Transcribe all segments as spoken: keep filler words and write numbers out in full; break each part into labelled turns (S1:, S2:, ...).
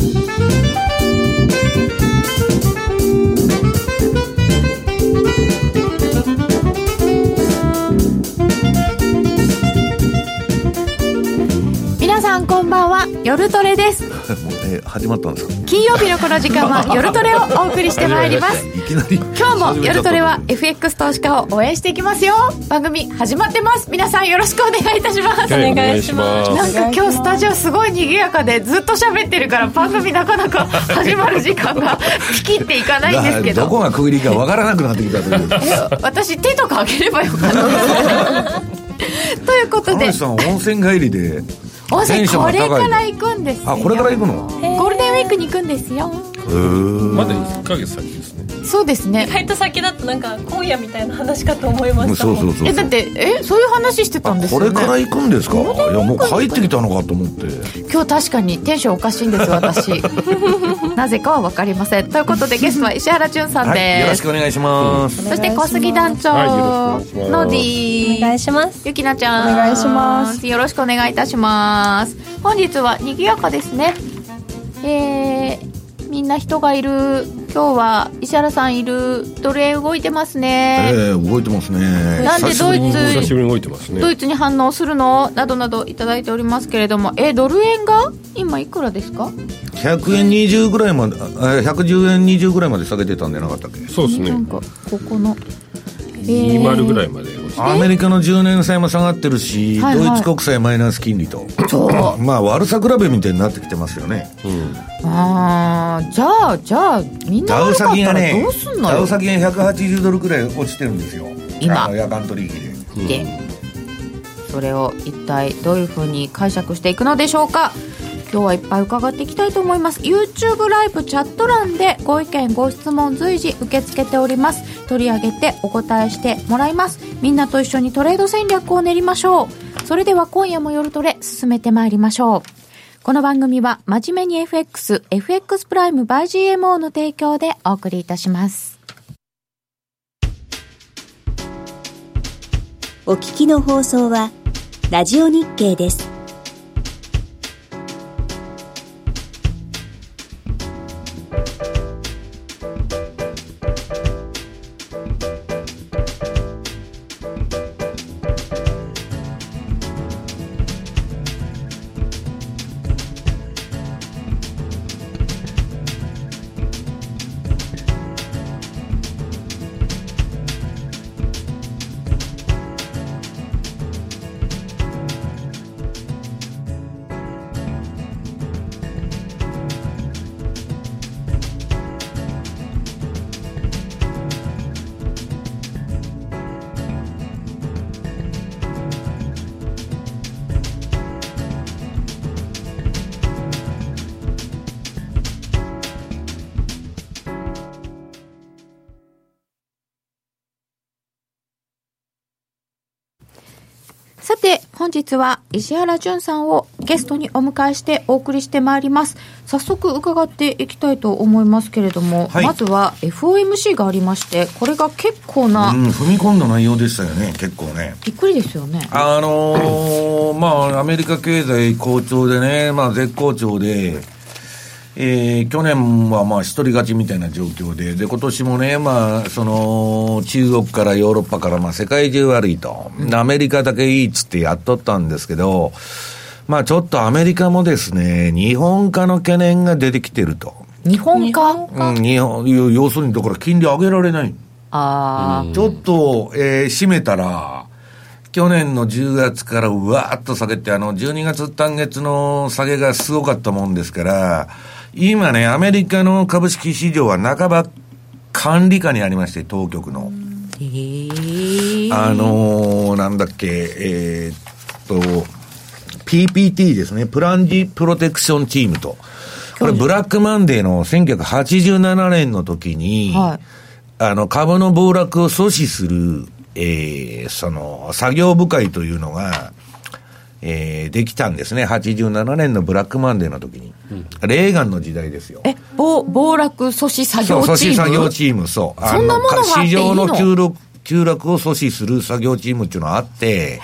S1: 皆さんこんばんは、夜トレです
S2: え始まったんですか。
S1: 金曜日のこの時間は夜トレをお送りしてまいります
S2: いきなり
S1: 今日も夜トレは エフエックス 投資家を応援していきますよ。番組始まってます。皆さんよろしくお願いいたします。お
S3: 願いします。
S1: なんか今日スタジオすごい賑やかでずっと喋ってるから番組なかなか始まる時間がピキっていかないんですけど
S2: どこが区切りか分からなくなってきたという
S1: え私手とかあげればよかったということで、
S2: さん温泉帰りで
S1: 温泉これから行くんですよ。
S2: あ、これから行くの。
S1: ゴールデンウィークに行くんですよ。
S3: まだいっかげつ先ですね。
S1: そうですね。
S4: 意外と先だとなんか今夜みたいな話かと思いました。
S2: そうそうそうそう。
S1: えだってえそういう話してたんですよね。
S2: これから行くんですか。いやもう帰ってきたのかと思って。
S1: 今日確かにテンションおかしいんです私なぜかは分かりません。ということでゲストは石原潤さんです、はい、
S2: よろしくお願いします。
S1: そして小杉団長、はい、ノディ
S4: お願いします。
S1: ゆきなちゃん
S5: お願いします。
S1: よろしくお願いいたします。本日は賑やかですね。えー、みんな人がいる。今日は石原さんいる。ドル円動いてますね。
S2: えー、動いてますね。
S1: なんでドイツ
S3: 久しぶりに動いてますね。
S1: ドイツに反応するのなどなどいただいておりますけれども、えー、ドル円が今いくらですか。
S2: ひゃくえんにじゅうぐらいまで、ひゃくじゅうえんにじゅうぐらいまで下げてたんじゃなかったっけ。
S3: そうですね。
S1: なんかここの
S3: にじゅうぐらいまで、
S2: アメリカのじゅうねん債も下がってるし、はいはい、ドイツ国債マイナス金利とそうまあ悪さ比べみたいになってきてますよね、
S1: うん、ああじゃあじゃあみんな悪かったらどうすんのよ。
S2: ダウ先がひゃくはちじゅうドルくらい落ちてるんですよ
S1: 今
S2: 夜間取引で、
S1: うん、でそれを一体どういうふうに解釈していくのでしょうか。今日はいっぱい伺っていきたいと思います。 YouTube ライブチャット欄でご意見ご質問随時受け付けております。取り上げてお答えしてもらいます。みんなと一緒にトレード戦略を練りましょう。それでは今夜も夜トレ進めてまいりましょう。この番組は真面目に エフエックス エフエックス プライム by ジーエムオー の提供でお送りいたします。
S6: お聞きの放送はラジオ日経です。
S1: さて本日は石原潤さんをゲストにお迎えしてお送りしてまいります。早速伺っていきたいと思いますけれども、はい、まずは エフオーエムシー がありまして、これが結構な、
S2: うん、踏み込んだ内容でしたよね。結構ね
S1: びっくりですよね。
S2: あのー、まあアメリカ経済好調でね、まあ絶好調で、えー、去年はまあ一人勝ちみたいな状況で、で今年もね、まあその中国からヨーロッパからまあ世界中悪いと、うん、アメリカだけいいっつってやっとったんですけど、まあちょっとアメリカもですね、日本化の懸念が出てきてると。
S1: 日本化？
S2: うん、日本要するにだから金利上げられない。
S1: あ
S2: あ、ちょっと、えー、締めたら。去年のじゅうがつからうわーっと下げて、あのじゅうにがつ単月の下げがすごかったもんですから、今ねアメリカの株式市場は半ば管理下にありまして、当局の、
S1: へー、
S2: あのー、なんだっけ、えー、っと ピーピーティー ですね、プランジプロテクションチームと、これブラックマンデーのせんきゅうひゃくはちじゅうななねんの時に、はい、あの株の暴落を阻止する、えー、その作業部会というのが、えー、できたんですね。はちじゅうななねんのブラックマンデーの時に、うん、レーガンの時代ですよ。
S1: え、暴暴落阻止作業チーム。
S2: そう、阻止作業チーム、そう。
S1: そんなものがあっていいの？
S2: 市場の急落急落を阻止する作業チームっていうのがあって、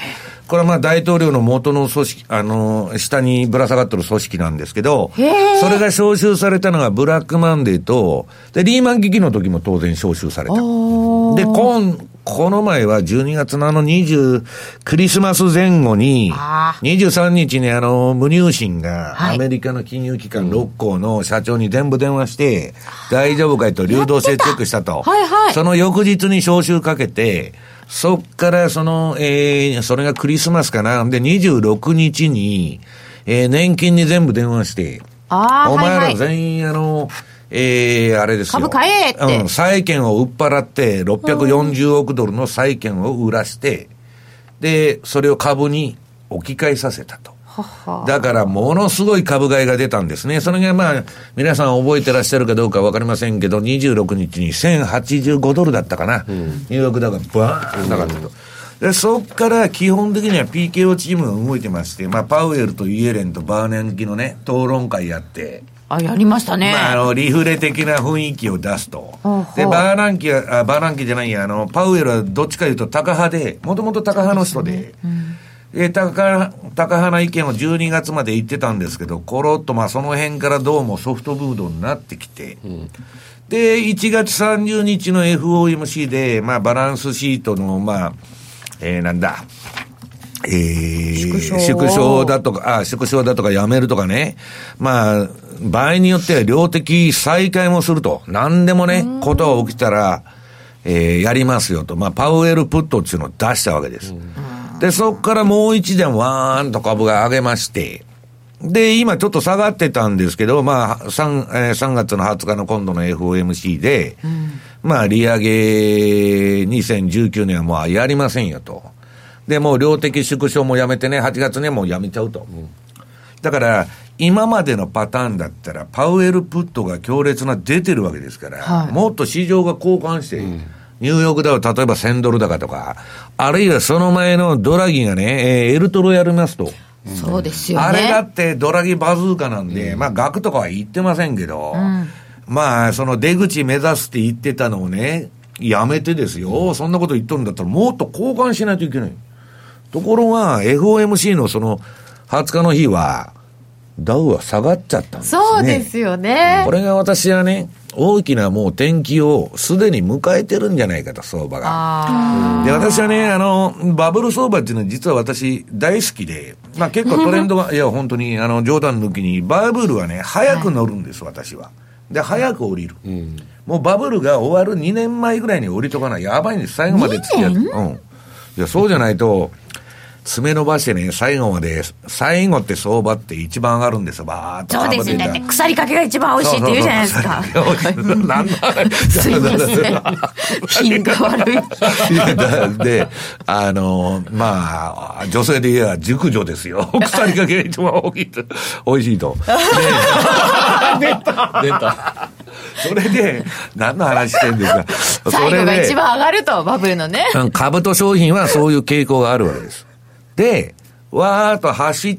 S2: これはまあ大統領の元の組織、あの、下にぶら下がってる組織なんですけど、それが招集されたのがブラックマンデーと、で、リーマン危機の時も当然招集された。で、今、この前はじゅうにがつのあのにじゅう、クリスマス前後に、にじゅうさんにちにあの、無入信がアメリカの金融機関ろっこうの社長に全部電話して、大丈夫かいと流動性チェックしたと。
S1: はいはい。
S2: その翌日に招集かけて、そっからその、えー、それがクリスマスかな。で、にじゅうろくにちに、えー、年金に全部電話して、
S1: あ
S2: お前ら
S1: はいはい、
S2: 全員あの、えー、あれですよ。
S1: 株買えって。
S2: うん、債券を売っ払って、ろっぴゃくよんじゅうおくドルの債券を売らして、で、それを株に置き換えさせたと。だから、ものすごい株買いが出たんですね。それがまあ、皆さん覚えてらっしゃるかどうかわかりませんけど、にじゅうろくにちにせんはちじゅうごドルだったかな。うん、ニューヨークダウがバーン上がったと。で、そっから基本的には ピーケーオー チームが動いてまして、まあ、パウエルとイエレンとバーネンキのね、討論会やって、
S1: あ、やりましたね。
S2: まあ、あの、リフレ的な雰囲気を出すと。
S1: ほうほう
S2: で、バーナンキは、あ、バーナンキじゃないや、あの、パウエルはどっちかいうとタカ派で、もともとタカ派の人で、で、タカ、タカ派の意見をじゅうにがつまで言ってたんですけど、コロッとまあその辺からどうもソフトムードになってきて、うん、で、いちがつさんじゅうにちの エフオーエムシー で、まあバランスシートの、まあ、えー、なんだ、えー、縮小。縮小だとか、あ、縮小だとかやめるとかね。まあ、場合によっては量的再開もすると。何でもね、ことが起きたら、えー、やりますよと。まあ、パウエルプットっていうのを出したわけです。で、そこからもう一段わーんと株が上げまして、で、今ちょっと下がってたんですけど、まあ、3、えー、さんがつのはつかの今度の エフオーエムシー で、うん、まあ、利上げにせんじゅうきゅうねんはもうやりませんよと。で、もう量的縮小もやめてね、はちがつにはもうやめちゃうと。うん、だから、今までのパターンだったら、パウエルプットが強烈な出てるわけですから、はい、もっと市場が交換して、うんニューヨークダウ、例えばせんドル高とか、あるいはその前のドラギがね、えー、エルトロやりますと。
S1: そうですよね。
S2: あれだってドラギバズーカなんで、うん、まあ額とかは言ってませんけど、うん、まあその出口目指すって言ってたのをね、やめてですよ、うん、そんなこと言っとるんだったらもっと交換しないといけない。ところが エフオーエムシー のそのはつかの日は、ダウは下がっちゃったんですね。
S1: そうですよね。
S2: これが私はね、大きなもう転機をすでに迎えてるんじゃないかと、相場が。で、私はね、あの、バブル相場っていうのは実は私大好きで、まあ結構トレンドが、いや本当にあの冗談抜きに、バブルはね、早く乗るんです、はい、私は。で、早く降りる、うん。もうバブルが終わるにねんまえぐらいに降りとかない。やばいんです、最後まで付き合って。うん。いや、そうじゃないと、爪伸ばしてね、最後まで、最後って相場って一番上がるんですよ、バーっと。
S1: そうですね。だって腐りかけが一番美味しいって言うじゃないですか。
S2: 何の話
S1: すいません。品が悪い。
S2: で、あの、まあ、女性で言えば熟女ですよ。腐りかけが一番大きいと、美味しいと。
S3: 出た出た。
S2: それで、何の話してるんですか。
S1: 最後が一番上がると、バブルのね。
S2: 株と商品はそういう傾向があるわけです。で、わーっと走って、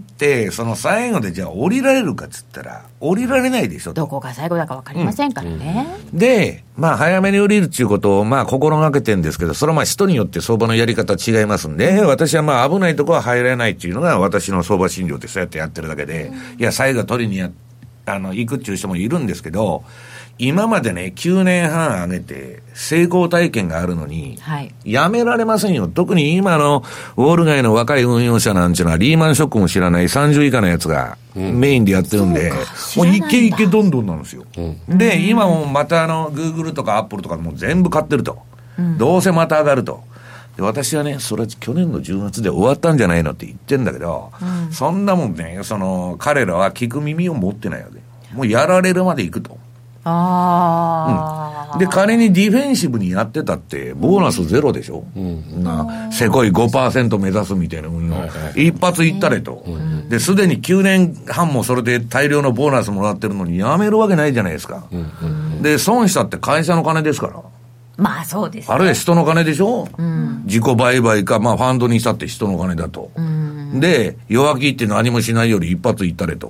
S2: その最後でじゃあ降りられるかっつったら、降りられないでしょ。
S1: どこが最後だか分かりませんからね。
S2: うん、で、まあ早めに降りるっていうことをまあ心がけてるんですけど、それはまあ人によって相場のやり方違いますんで、私はまあ危ないとこは入れないっていうのが私の相場診療でそうやってやってるだけで、うん、いや、最後取りにや、あの、行くっていう人もいるんですけど、今までね、きゅうねんはん上げて、成功体験があるのに、はい、やめられませんよ。特に今の、ウォール街の若い運用者なんていうのは、リーマンショックも知らないさんじゅう以下のやつが、メインでやってるんで、うん、もういけいけどんどんなんですよ。うん、で、今もまたあの、グーグルとかアップルとかも全部買ってると。うん、どうせまた上がると。で、私はね、それは去年のじゅうがつで終わったんじゃないのって言ってんだけど、うん、そんなもんね、その、彼らは聞く耳を持ってないわけ。もうやられるまで行くと。
S1: あ
S2: うん、で、仮にディフェンシブにやってたって、ボーナスゼロでしょ、うん、なせこい ごパーセント 目指すみたいな運用、はいはい、一発いったれと、うん、で、すでにきゅうねんはんもそれで大量のボーナスもらってるのにやめるわけないじゃないですか。うんうん、で、損したって会社の金ですから。
S1: まあそうですね。
S2: あるいは人の金でしょ、うん、自己売買か、まあファンドにしたって人の金だと。うん、で、弱気って何もしないより一発いったれと。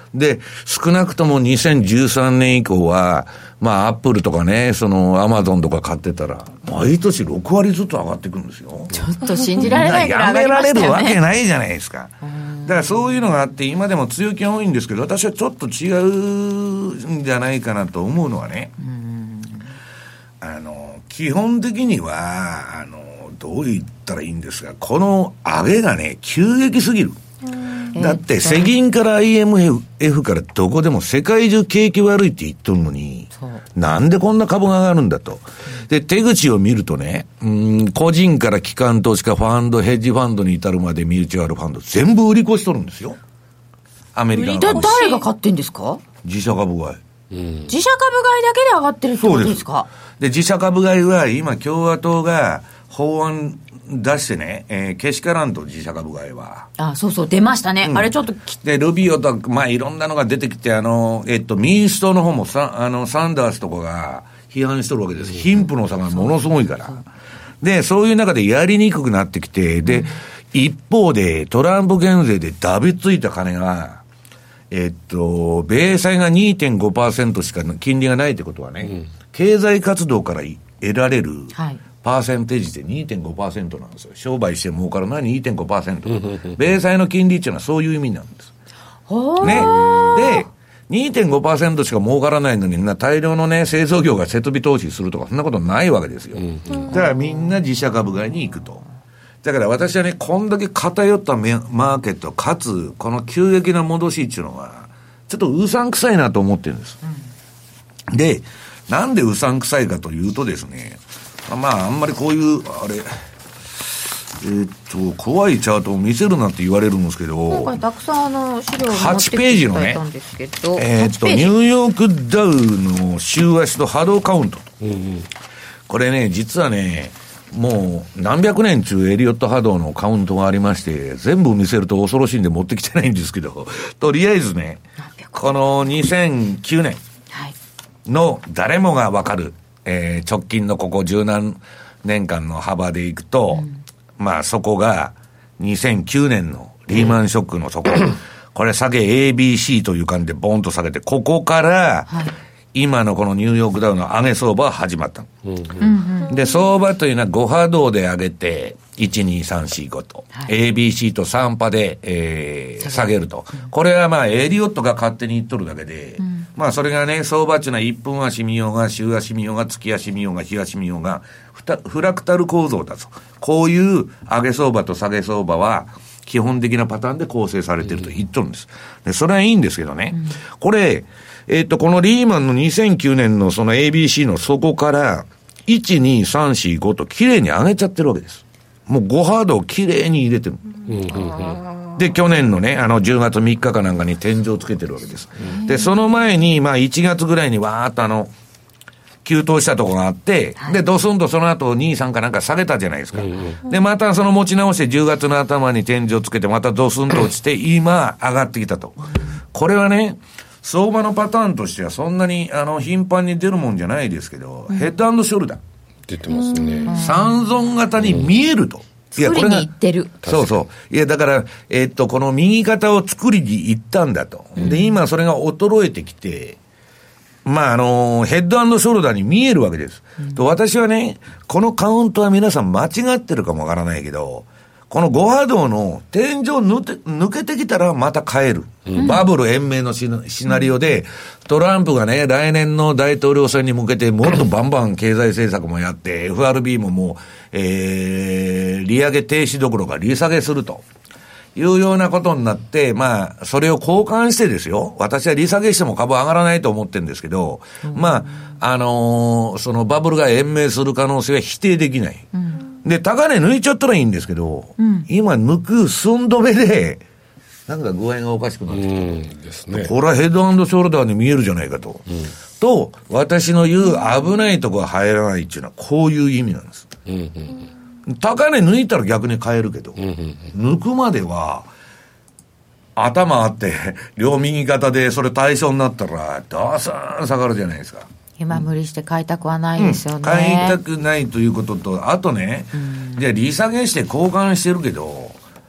S2: で、少なくともにせんじゅうさんねん以降は、まあ、アップルとかね、その、アマゾンとか買ってたら、毎年ろくわりずつ上がっていくんですよ。
S1: ちょっと信じられないぐらい上が
S2: やめ
S1: りましたよね。
S2: られるわけないじゃないですか。だからそういうのがあって、今でも強気が多いんですけど、私はちょっと違うんじゃないかなと思うのはね、あの、基本的には、あの、どう言ったらいいんですが、この上げがね、急激すぎる。だって世銀から アイエムエフ からどこでも世界中景気悪いって言っとるのに、なんでこんな株が上がるんだと。で、手口を見るとね、うん、個人から機関投資家、ファンド、ヘッジファンドに至るまでミューチュアルファンド、全部売り越しとるんですよ。アメリカの株。
S1: 誰が買ってんですか？
S2: 自社株買い。
S1: うん、自社株買いだけで上がってるってことですか？
S2: で、自社株買いは今共和党が法案出してね、えー、けしからんと自社株買いは。
S1: あ、そうそう、出ましたね。うん、あれちょっと
S2: で、ルビオとか、まあ、いろんなのが出てきて、あの、えっと、民主党の方もさ、あの、サンダースとかが批判しとるわけです。貧富の差がものすごいから。で、そういう中でやりにくくなってきて、で、うん、一方で、トランプ減税でダビついた金が、えっと、米債が にてんごパーセント しか金利がないってことはね、うん、経済活動から得られる、はい、パーセンテージで にてんごパーセント なんですよ。商売して儲かるのは にてんごパーセント。米債の金利っていうのはそういう意味なんです。ね。で、にてんごパーセント しか儲からないのにな、大量のね、製造業が設備投資するとか、そんなことないわけですよ。だからみんな自社株買いに行くと。だから私はね、こんだけ偏ったマーケット、かつ、この急激な戻しっていうのは、ちょっとうさんくさいなと思ってるんです。うん、で、なんでうさんくさいかというとですね、まあ、あんまりこういう、あれ、えー、っと、怖いチャートを見せるなって言われるんですけど、
S1: 今回たくさんあの資料を持ってきていただいたんですけど、はちページのね、
S2: えー、っと、ニューヨークダウの週足と波動カウントと。うんうん、これね、実はね、もう何百年中エリオット波動のカウントがありまして、全部見せると恐ろしいんで持ってきてないんですけど、とりあえずね、このにせんきゅうねんの誰もがわかる、えー、直近のここ十何年間の幅でいくと、うん、まあそこがにせんきゅうねんのリーマンショックの底、うん、これ下げ エービーシー という感じでボンと下げて、ここから、はい、今のこのニューヨークダウの上げ相場は始まった、うんうん、で相場というのはご波動で上げていちにさんしごと、はい、エービーシー とさん波で、えー、下げると、うん、これはまあエリオットが勝手に言っとるだけで、うん、まあそれがね、相場っていうのはいっぷん足見ようが週足見ようが月足見ようが日足見ようがフラクタル構造だと。こういう上げ相場と下げ相場は基本的なパターンで構成されていると言っとるんです。でそれはいいんですけどね、うん、これえっと、このリーマンのにせんきゅうねんのその エービーシー の底から、いち、に、さん、よん、ごと綺麗に上げちゃってるわけです。もうご波動綺麗に入れてる。で、去年のね、あのじゅうがつみっかかなんかに天井をつけてるわけです。で、その前に、まあいちがつぐらいにわーっとあの、急騰したとこがあって、で、ドスンとその後に、さんかなんか下げたじゃないですか。で、またその持ち直してじゅうがつの頭に天井をつけて、またドスンと落ちて、今上がってきたと。これはね、相場のパターンとしてはそんなにあの頻繁に出るもんじゃないですけど、うん、ヘッド&ショルダー
S3: 出てますね。
S2: 三尊型に見えると、
S1: うん、いやこれが作りに行ってる。
S2: そうそういやだからえー、っとこの右肩を作りに行ったんだと、うん、で今それが衰えてきて、まああのヘッド&ショルダーに見えるわけです、うん、と私はねこのカウントは皆さん間違ってるかもわからないけど、このご波動の天井抜け、抜けてきたらまた変える、うん、バブル延命のシナリオで、トランプがね来年の大統領選に向けてもっとバンバン経済政策もやってエフアールビー ももう、えー、利上げ停止どころか利下げするというようなことになって、まあそれを交換してですよ、私は利下げしても株上がらないと思ってるんですけど、うん、まああのー、そのバブルが延命する可能性は否定できない、うんで、高値抜いちゃったらいいんですけど、うん、今抜く寸止めで、なんか具合がおかしくなってきて、うんですね、これはヘッド&ショルダーに見えるじゃないかと。うん、と、私の言う危ないとこは入らないっていうのはこういう意味なんです。うんうんうん、高値抜いたら逆に買えるけど、うんうんうん、抜くまでは、頭あって、両右肩でそれ対象になったら、ダーサーン下がるじゃないですか。
S1: 今無理して買いたくはないですよね、うん、
S2: 買いたくないということと、あとね、うん、じゃあ利下げして交換してるけど、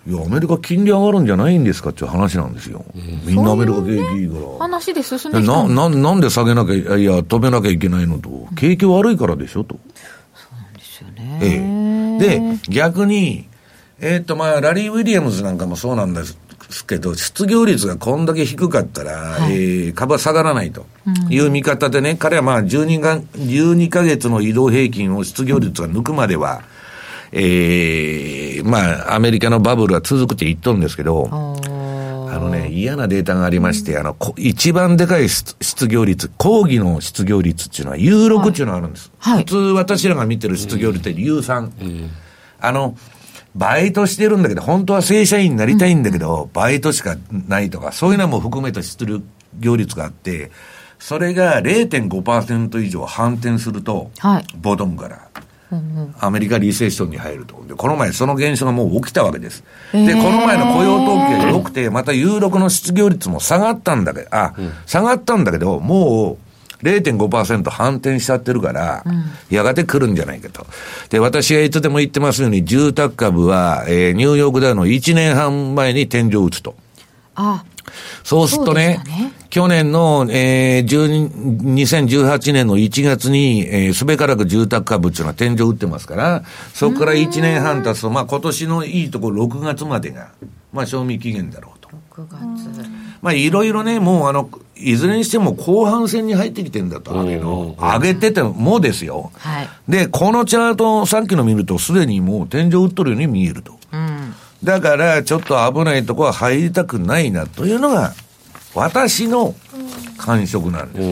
S2: いやアメリカ金利上がるんじゃないんですかっていう話なんですよ、うん、みんなアメリカ景気いいから、
S1: 話で進んできた
S2: なななんで下げなきゃいやいや止めなきゃいけないのと、景気悪いからでしょと。
S1: そうなんですよね、
S2: ええ、で逆にえー、っとまあラリー・ウィリアムズなんかもそうなんですけど、失業率がこんだけ低かったら、はい、えー、株は下がらないという見方でね、うん、彼はまあじゅうにがじゅうにかげつの移動平均を失業率が抜くまでは、えー、まあアメリカのバブルは続くって言っとるんですけど、あのね嫌なデータがありまして、うん、あの一番でかい失業率、講義の失業率っていうのは ユーろく っていうのがあるんです、はい、普通私らが見てる失業率って ユーさん、うんうん、あのバイトしてるんだけど本当は正社員になりたいんだけど、うん、バイトしかないとかそういうのも含めた失業率があって、それが れいてんごパーセント 以上反転すると、はい、ボトムからアメリカリセッションに入ると。でこの前その現象がもう起きたわけです。でこの前の雇用統計が良くてまた ユーろく の失業率も下がったんだけどあ、うん、下がったんだけどもう れいてんごパーセント 反転しちゃってるから、うん、やがて来るんじゃないかと。で私がいつでも言ってますように住宅株は、えー、ニューヨークダウのいちねんはん前に天井を打つと。あそうするとね、ね去年の、えー、にせんじゅうはちねんのいちがつに、えー、すべからく住宅株っていうのは天井打ってますから、そこからいちねんはん経つと、まあ今年のいいところろくがつまでが、まあ賞味期限だろうと。ろくがつ。まあいろいろね、もうあの、いずれにしても後半戦に入ってきてんだと、上げの。上げててもですよ。はい。で、このチャート、さっきの見るとすでにもう天井打っとるように見えると。うん。だからちょっと危ないとこは入りたくないなというのが私の感触なんです、うん、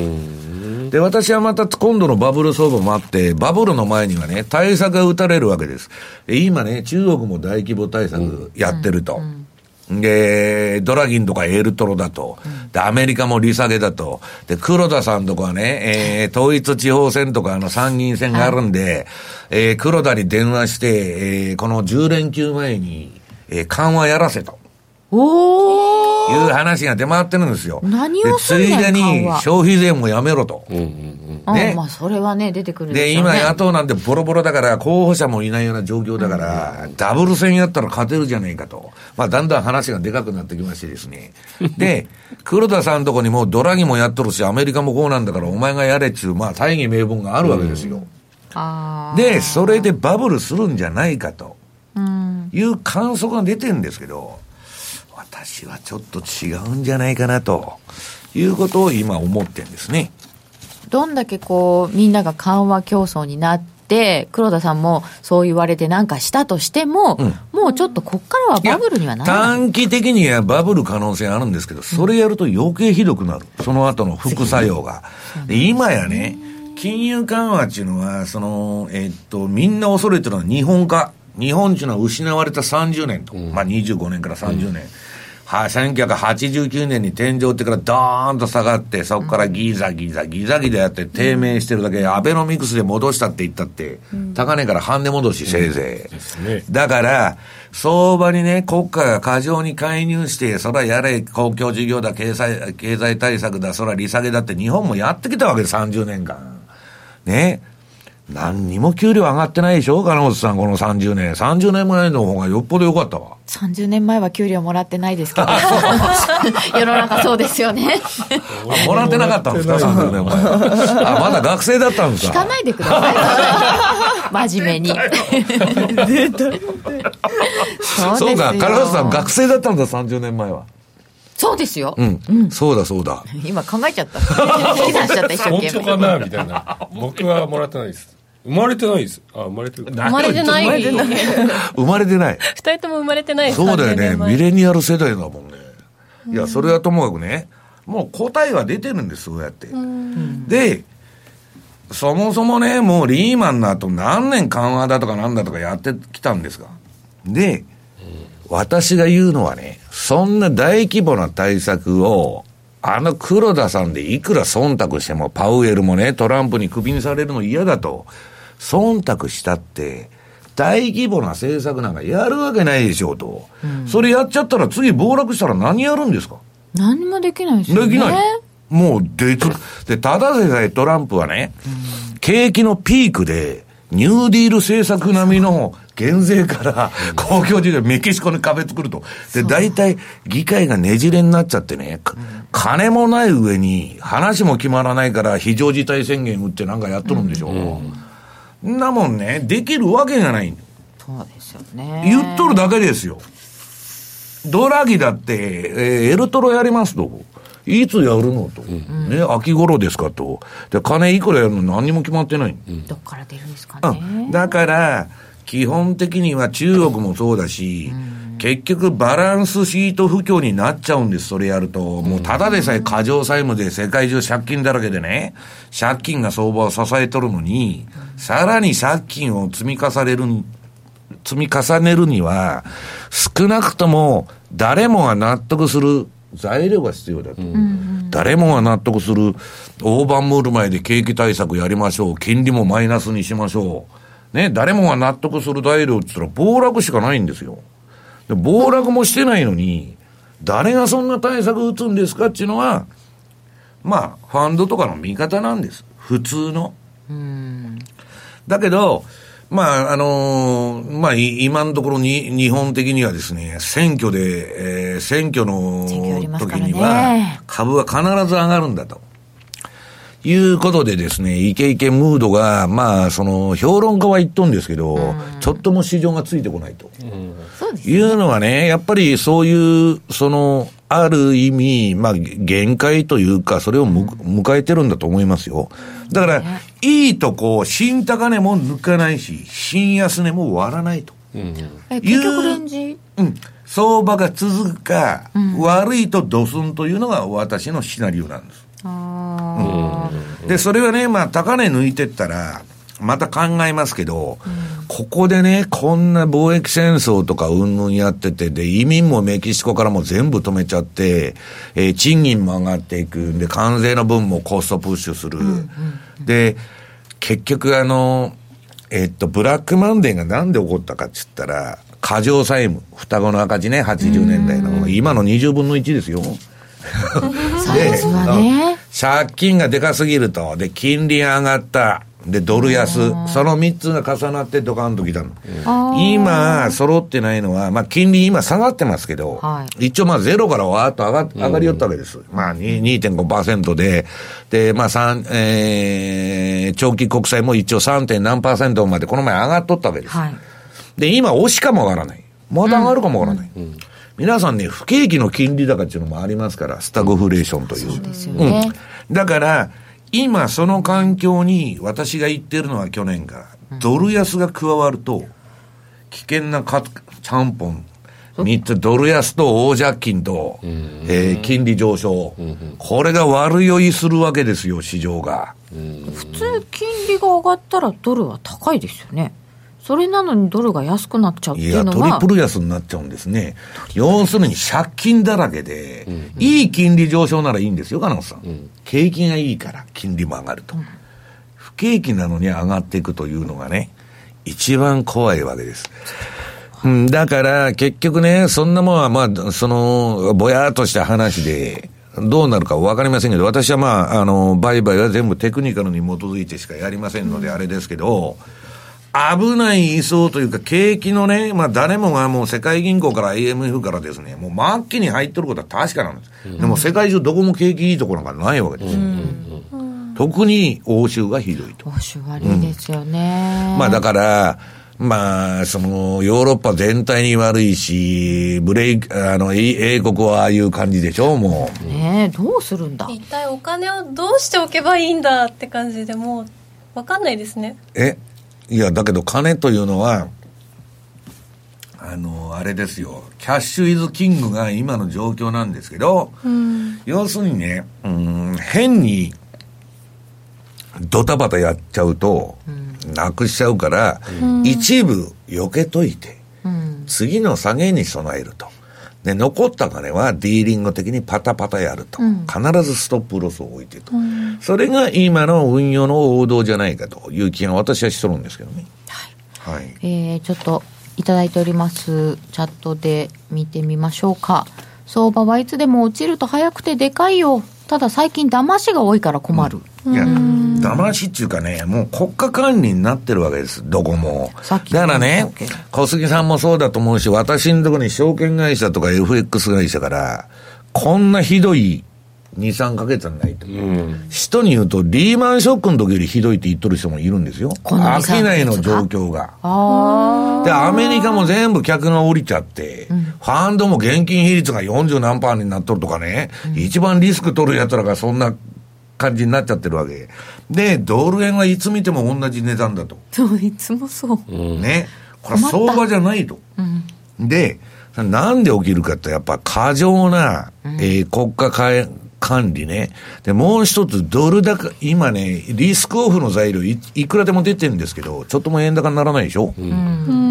S2: で私はまた今度のバブル相場もあって、バブルの前にはね対策が打たれるわけです。今ね中国も大規模対策やってると、うんうん、でドラギンとかエルトロだと、うん、でアメリカも利下げだと、で黒田さんとかはね、えー、統一地方選とかあの参議院選があるんで、はい、えー、黒田に電話して、えー、このじゅう連休前にえー、緩和やらせとおーいう話が出回ってるんですよ。
S1: 何をするねん。
S2: ついでに消費税もやめろと、うんうん
S1: うんね、あまあそれはね出てくるで
S2: しょうね。で今野党なんてボロボロだから候補者もいないような状況だから、うん、ダブル戦やったら勝てるじゃねえかと、まあだんだん話がでかくなってきましてですねで黒田さんのとこにもドラギもやっとるしアメリカもこうなんだからお前がやれっちゅう、まあ大義名分があるわけですよ、うん、あでそれでバブルするんじゃないかという観測が出てるんですけど、私はちょっと違うんじゃないかなということを今思ってるんですね。
S1: どんだけこうみんなが緩和競争になって黒田さんもそう言われてなんかしたとしても、うん、もうちょっとこっからはバブルにはならない。
S2: 短期的にはバブル可能性あるんですけど、それやると余計ひどくなる、うん、その後の副作用が、で今やね金融緩和っていうのはその、えー、っとみんな恐れてるのは日本化、日本っていうのは失われたさんじゅうねんと、うん、まあにじゅうごねんからさんじゅうねん、うん、はせんきゅうひゃくはちじゅうきゅうねんに天井ってからドーンと下がって、そこからギザギザギザギザやって低迷してるだけ、うん、アベノミクスで戻したって言ったって、うん、高値から半値戻しせいぜい、うんですね、だから相場にね国家が過剰に介入して、そらやれ公共事業だ経済経済対策だそら利下げだって日本もやってきたわけでさんじゅうねんかんね。何にも給料上がってないでしょ金本さん、このさんじゅうねん。さんじゅうねんまえの方がよっぽど良かったわ。
S1: さんじゅうねんまえは給料もらってないですけど世の中そうですよね
S2: あ、もらってなかったんですかさんじゅうねんまえあ、まだ学生だったんですか。
S1: 聞かないでください真面目に出た
S2: そうか、金本さん学生だったんださんじゅうねんまえは。
S1: そうですよ、
S2: うんうん、そうだそうだ
S1: 今考えちゃった引き算しちゃった一生懸命。
S3: 本当かなみたいな。僕はもらってないです。生まれてないです。あ、生まれてる。
S4: 生まれてない。
S2: 生まれてない。
S4: 二人とも生まれてない。
S2: そうだよね。ミレニアル世代だもんね。いや、それはともかくね、もう答えは出てるんです、そうやって。で、そもそもね、もうリーマンの後何年緩和だとかなんだとかやってきたんですが。で、私が言うのはね、そんな大規模な対策を、あの黒田さんでいくら忖度しても、パウエルもね、トランプにクビにされるの嫌だと、忖度したって、大規模な政策なんかやるわけないでしょうと。うん、それやっちゃったら次暴落したら何やるんですか。
S1: 何もできないですよね。
S2: できない。もうで、で、ただでさえトランプはね、うん、景気のピークで、ニューディール政策並みの減税から公共事業メキシコに壁作ると。で、大体議会がねじれになっちゃってね、うん、金もない上に話も決まらないから非常事態宣言打ってなんかやっとるんでしょ。うん、んなもんね、できるわけがない。
S1: そうですよね。
S2: 言っとるだけですよ。ドラギだって、えー、エルトロやりますと。いつやるのと、うん、ね、秋頃ですかと。で、金いくらやるの何にも決まってない。
S1: うん、どっから出るんですかね。
S2: うん、だから、基本的には中国もそうだし、うん、結局バランスシート不況になっちゃうんです、それやると。もうただでさえ過剰債務で世界中借金だらけでね、借金が相場を支えとるのに、うん、さらに借金を積み重ねる、積み重ねるには、少なくとも誰もが納得する材料が必要だと、うん、誰もが納得する大盤ムール前で景気対策やりましょう、金利もマイナスにしましょうね、誰もが納得する材料って言ったら暴落しかないんですよ。で暴落もしてないのに誰がそんな対策打つんですかっていうのは、まあファンドとかの見方なんです、普通の。うんだけどまあ、あのー、まあ、今のところに、日本的にはですね、選挙で、えー、選挙の時には、株は必ず上がるんだと。いうことでですね、イケイケムードが、まあ、その、評論家は言っとんですけど、うん、ちょっとも市場がついてこないと。うん、そうですね。いうのはね、やっぱりそういう、その、ある意味、まあ、限界というか、それをむ、迎えてるんだと思いますよ。だから、ね、いいとこ、新高値も抜かないし、新安値も割らないと。うん、
S1: え、結局レンジ？
S2: うん。相場が続くか、うん、悪いとドスンというのが私のシナリオなんです。あうん、で、それはね、まあ、高値抜いてったら、また考えますけど、うん、ここでね、こんな貿易戦争とかうんぬんやってて、で、移民もメキシコからも全部止めちゃって、えー、賃金も上がっていくんで、関税の分もコストプッシュする。うんうんうん、で、結局あの、えっと、ブラックマンデーがなんで起こったかって言ったら、過剰債務、双子の赤字ね、はちじゅうねんだいの、今のにじゅうぶんのいちですよ。で、ね、借金がでかすぎると、で、金利が上がった。で、ドル安。そのみっつが重なってドカンときたの。今、揃ってないのは、まあ、金利今下がってますけど、はい、一応まあ、ゼロからわーっと上が、上がりよったわけです。まあ、にてんごパーセント で、で、まあ、三、えー、長期国債も一応 さん. 点何パーセントまでこの前上がっとったわけです。はい、で、今、押しかも上がらない。まだ上がるかも上がらない。うんうん皆さんね、不景気の金利高っていうのもありますから、スタグフレーションという。そうですよね。うん、だから、今その環境に私が言ってるのは去年から、うん、ドル安が加わると、危険なかちゃんぽん、みっつ、ドル安と大借金と、うんえー、金利上昇、うん、これが悪酔いするわけですよ、市場が。
S1: 普通、金利が上がったらドルは高いですよね。それなのにドルが安くなっちゃうっていうのは。
S2: いや、トリプル安になっちゃうんですね。要するに借金だらけで、うんうん、いい金利上昇ならいいんですよ、金本さん、うん。景気がいいから金利も上がると、うん。不景気なのに上がっていくというのがね、一番怖いわけです。うん、だから結局ね、そんなもんはまあ、その、ぼやーっとした話で、どうなるか分かりませんけど、私はまあ、あの、売買は全部テクニカルに基づいてしかやりませんので、あれですけど、危ない位相というか、景気のね、まあ誰もがもう世界銀行から アイエムエフ からですね、もう末期に入っとることは確かなんです。うん、でも世界中どこも景気いいところがないわけです。うんうん、特に欧州がひどいと。
S1: 欧州悪いですよね。
S2: うん、まあだから、まあ、その、ヨーロッパ全体に悪いし、ブレイク、あの、英国はああいう感じでしょ、も
S1: う。ねえ、どうするんだ。
S4: 一体お金をどうしておけばいいんだって感じでもう、わかんないですね。
S2: えいや、だけど金というのは、あの、あれですよ、キャッシュイズキングが今の状況なんですけど、うん、要するにね、うん、変にドタバタやっちゃうと、うん、なくしちゃうから、うん、一部避けといて、うん、次の下げに備えると。で、残った金はディーリング的にパタパタやると。うん、必ずストップロスを置いてと、うん。それが今の運用の王道じゃないかという気が私はしとるんですけどね。
S1: はい。はい、えー、ちょっといただいております。チャットで見てみましょうか。相場はいつでも落ちると早くてでかいよ。ただ最近騙しが多いから困る。
S2: うん、いや、 騙しっていうかね、もう国家管理になってるわけです、どこも。
S1: さっき
S2: だからね、小杉さんもそうだと思うし、私のところに証券会社とか エフエックス 会社から、こんなひどいに、さんかげつはないと。うん、人に言うと、リーマンショックの時よりひどいって言っとる人もいるんですよ。商いの状況が。あで、アメリカも全部客が降りちゃって、うん、ファンドも現金比率がよんじゅうなんパーになっとるとかね、うん、一番リスク取る奴らがそんな感じになっちゃってるわけで、ドル円はいつ見ても同じ値段だと。
S1: そういつもそう、うん、
S2: ね、これ相場じゃないと、うん、でなんで起きるかってやっぱ過剰な、うんえー、国家管理ね。でもう一つドル高、今ねリスクオフの材料 い, いくらでも出てるんですけど、ちょっとも円高にならないでしょ、うん、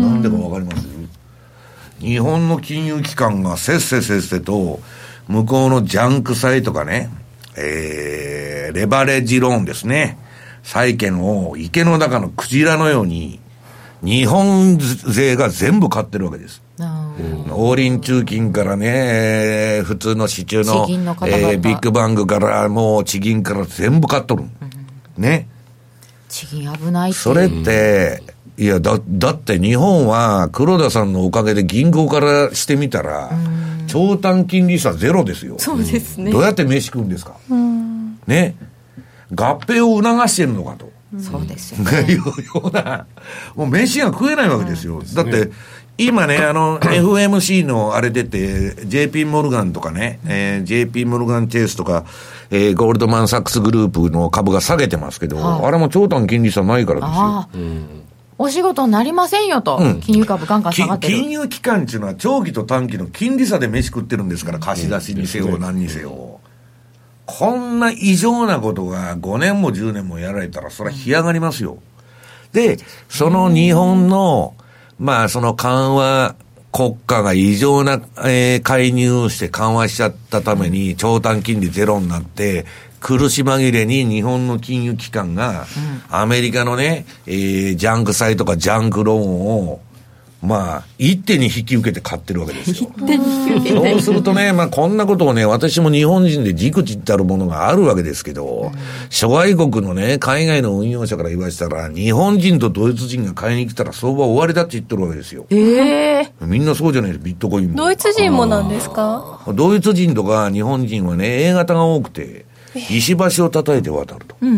S2: なんでかわかります？日本の金融機関がせっせせっせと向こうのジャンク債とかね、えー、レバレッジローンですね、債券を池の中のクジラのように日本勢が全部買ってるわけです。王林中金からね、普通の市中の、のえー、ビッグバングからもう地銀から全部買っとる、うん、ね。
S1: 地銀危ないって。
S2: それっていや だ, だって日本は黒田さんのおかげで銀行からしてみたら長短金利差ゼロですよ。
S1: そうですね。
S2: どうやって飯食うんですか、うんね、合併を促してるのかと、
S1: うん、そうですよね。いうよ
S2: うなもう飯が食えないわけですよ、うん、だって今ねあのエフエムシー のあれ出て ジェーピー モルガンとかね、えー、ジェーピー モルガンチェイスとか、えー、ゴールドマンサックスグループの株が下げてますけど、はあ、あれも長短金利差ないからですよ。あ、うん、
S1: お仕事になりませんよと、うん、金融株ガンガン下がってる。
S2: 金融機関っていうのは長期と短期の金利差で飯食ってるんですから、貸し出しにせよ何にせよ、こんな異常なことがごねんもじゅうねんもやられたらそれは干上がりますよ。でその日本のまあその緩和国家が異常な、えー、介入して緩和しちゃったために長短金利ゼロになって苦し紛れに日本の金融機関がアメリカのね、えー、ジャンク債とかジャンクローンをまあ一手に引き受けて買ってるわけですよ。一手に引き受けて。そうするとね、まあこんなことをね、私も日本人で忸怩たるものがあるわけですけど、うん、諸外国のね海外の運用者から言わせたら日本人とドイツ人が買いに来たら相場終わりだって言ってるわけですよ。ええー、みんなそうじゃないです、ビットコインも。
S4: ドイツ人もなんですか？
S2: ドイツ人とか日本人はね A 型が多くて石橋を叩いて渡ると、うん、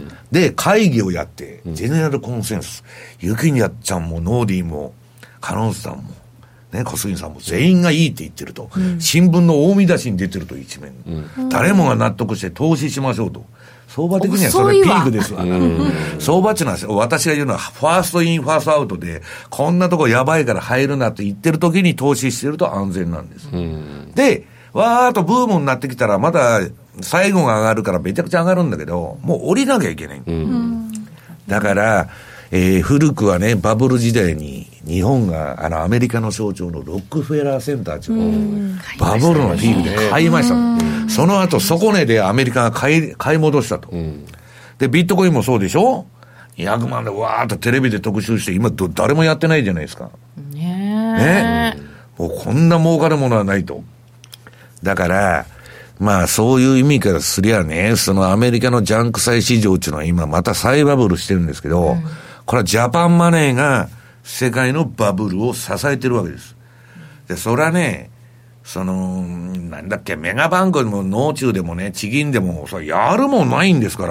S2: で会議をやってジェネラルコンセンサス、ユキニャちゃんもノーディーもカノンさんもね、小杉さんも全員がいいって言ってると、うん、新聞の大見出しに出てると一面、うん、誰もが納得して投資しましょうと。相場的にはそれピークですわ、うん、相場っていうのは私が言うのはファーストインファーストアウトでこんなとこやばいから入るなって言ってる時に投資してると安全なんです、うん、でわーっとブームになってきたらまだ最後が上がるからめちゃくちゃ上がるんだけどもう降りなきゃいけない、うん、だからえー、古くはねバブル時代に日本があのアメリカの象徴のロックフェラーセンターっていうのをバブルのピークで買いました、その後底値でアメリカが買い、買い戻したと、うん、でビットコインもそうでしょ、にひゃくまんでわーっとテレビで特集して今ど誰もやってないじゃないですかねえ、もうこんな儲かるものはないと。だからまあそういう意味からすりゃね、そのアメリカのジャンク債市場っていうのは今また再バブルしてるんですけど、うん、これはジャパンマネーが世界のバブルを支えてるわけです。で、それはね、その、なんだっけ、メガバンクでも農中でもね、地銀でも、それやるもんないんですから、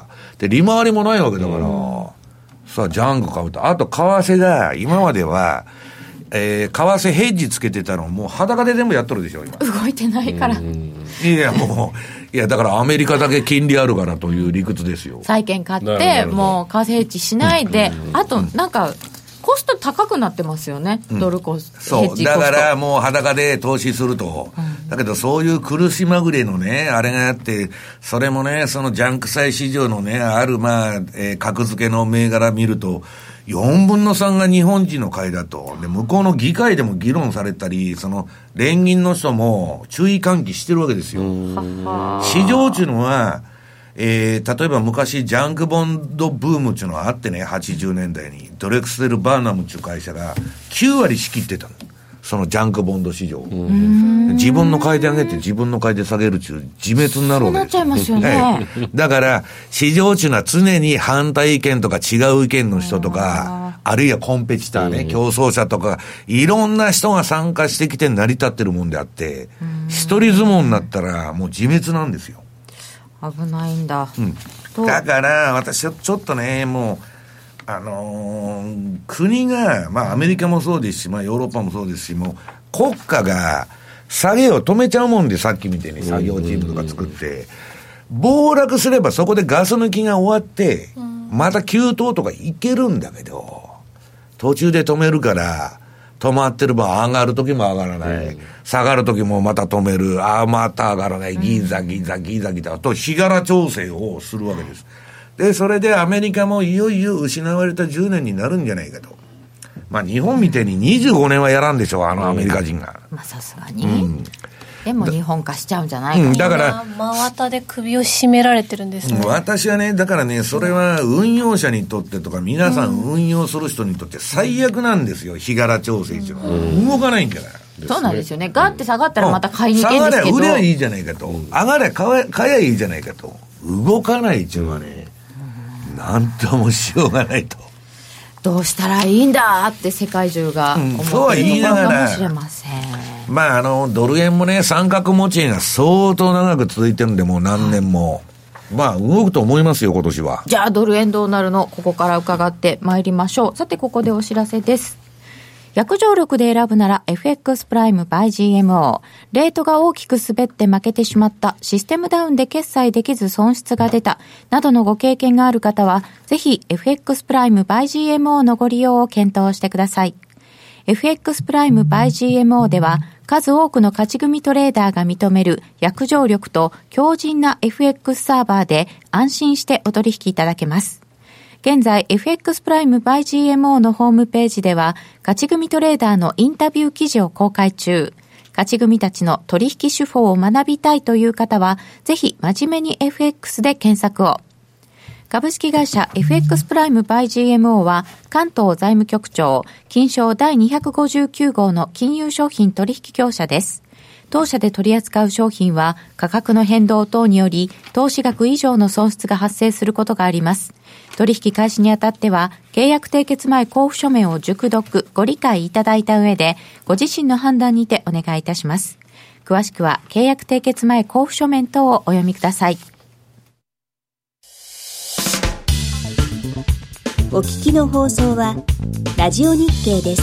S2: で、利回りもないわけだから、うん、さあ、ジャンク買うと、あと、為替が、今までは、えー、為替ヘッジつけてたのもう裸で全部やっとるでしょ今。
S1: 動いてないから。
S2: いやもういやだからアメリカだけ金利あるからという理屈ですよ。
S1: 債券買ってもう為替ヘッジしないで、あとなんかコスト高くなってますよね、うん、ドルコスト、
S2: そうヘッジコスト。だからもう裸で投資すると、うん、だけどそういう苦しまぐれのねあれがあって、それもねそのジャンク債市場のねあるまあ、えー、格付けの銘柄見るとよんぶんのさんが日本人の買いだと。で、向こうの議会でも議論されたり、その連銀の人も注意喚起してるわけですよ。市場っていうのは、えー、例えば昔ジャンクボンドブームっていうのがあってね、はちじゅうねんだいにドレクセル・バーナムっていう会社がきゅうわり仕切ってたの。 そのジャンクボンド市場。自分の買いで上げて自分の買いで下げるっていう自滅になるわけです。
S1: そうなっちゃいますよね。
S2: ええ、だから、市場っていうのは常に反対意見とか違う意見の人とか、あるいはコンペティターね、競争者とか、いろんな人が参加してきて成り立ってるもんであって、一人相撲になったらもう自滅なんですよ。
S1: 危ないんだ。
S2: うん、だから、私はちょっとね、もう、あのー、国が、まあアメリカもそうですし、まあヨーロッパもそうですし、もう国家が下げを止めちゃうもんで、さっきみたいに作業チームとか作って、暴落すればそこでガス抜きが終わって、また急騰とかいけるんだけど、途中で止めるから、止まってる分上がるときも上がらない、うん、下がるときもまた止める、ああまた上がらない、ギザギザギザギザと日柄調整をするわけです。でそれでアメリカもいよいよ失われたじゅうねんになるんじゃないかと。まあ日本みたいににじゅうごねんはやらんでしょう、あのアメリカ人が。
S1: まあさすがに、うん、でも日本化しちゃうんじゃないか、
S2: うん、だから
S4: 真綿で首を絞められてるんですね。
S2: 私はね、だからね、それは運用者にとってとか皆さん運用する人にとって最悪なんですよ、日柄調整っていうのは、うん、動かないんだから。
S1: そうなんですよね。ガーって下がったらまた買いに行けるんですけど、
S2: 下がれば売ればいいじゃないかと、うん、上がれば買えばいいじゃないかと、動かないっていうのはね、うん、なんともしようがないと。
S1: どうしたらいいんだって世界中が思っているところかもしれません。
S2: まああのドル円もね、三角持ちが相当長く続いてるんで、もう何年も、まあ動くと思いますよ今年は。
S1: じゃあドル円どうなるの、ここから伺ってまいりましょう。さてここでお知らせです。約定力で選ぶなら エフエックス プライム by ジーエムオー。レートが大きく滑って負けてしまった、システムダウンで決済できず損失が出たなどのご経験がある方は、ぜひ エフエックス プライム by ジーエムオー のご利用を検討してください。エフエックス プライム by ジーエムオー では、数多くの勝ち組トレーダーが認める約定力と強靭な エフエックス サーバーで安心してお取引いただけます。現在 エフエックス プライム by ジーエムオー のホームページでは、勝ち組トレーダーのインタビュー記事を公開中。勝ち組たちの取引手法を学びたいという方は、ぜひ真面目に エフエックス で検索を。株式会社 エフエックス プライム by ジーエムオー は、関東財務局長、金商第にひゃくごじゅうきゅう号の金融商品取引業者です。当社で取り扱う商品は、価格の変動等により、投資額以上の損失が発生することがあります。取引開始にあたっては、契約締結前交付書面を熟読、ご理解いただいた上で、ご自身の判断にてお願いいたします。詳しくは、契約締結前交付書面等をお読みください。
S6: お聞きの放送は、ラジオ日経です。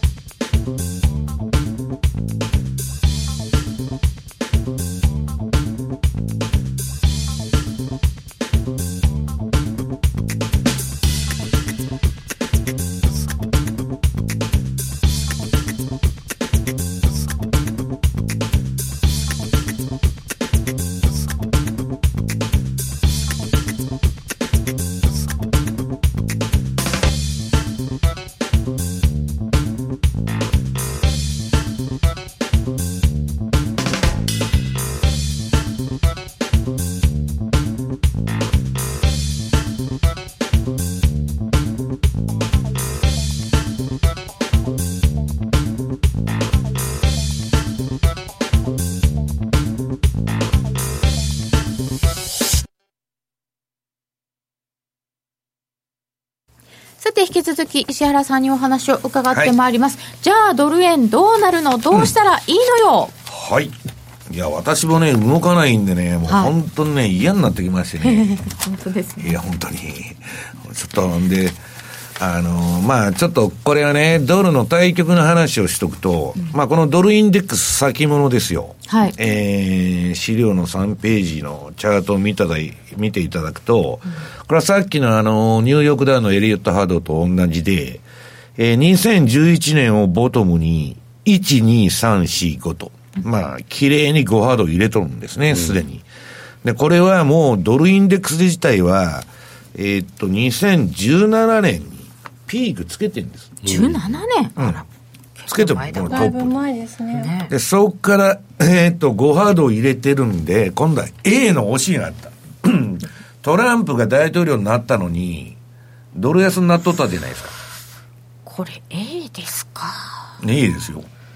S1: さて引き続き石原さんにお話を伺ってまいります、はい、じゃあドル円どうなるの、どうしたらいいのよ、
S2: うん、はい、いや私もね動かないんでね、もう本当にね、はい、嫌になってきましてね
S1: 本当ですね、
S2: いや本当にちょっとんであのまあちょっとこれはねドルの対局の話をしとくと、うん、まあこのドルインデックス先物ですよ、はい、えー、資料のさんページのチャートを見ただい見ていただくと、うん、これはさっきのあのニューヨークダウのエリオット波動と同じで、えー、にせんじゅういちねんをボトムにいちにさんしごと、まあ綺麗にご波動入れとるんですねすで、うん、にでこれはもうドルインデックス自体はえー、っとにせんじゅうななねんにピークつけてるんです。
S1: じゅうななねん、うん、あら
S2: つけてもこのトップ
S4: だいぶ前ですね。
S2: でそこから、えー、っとご波動入れてるんで、今度は A の押しがあったトランプが大統領になったのにドル安になっとったじゃないですか。
S1: これ A ですか。
S2: A ですよ。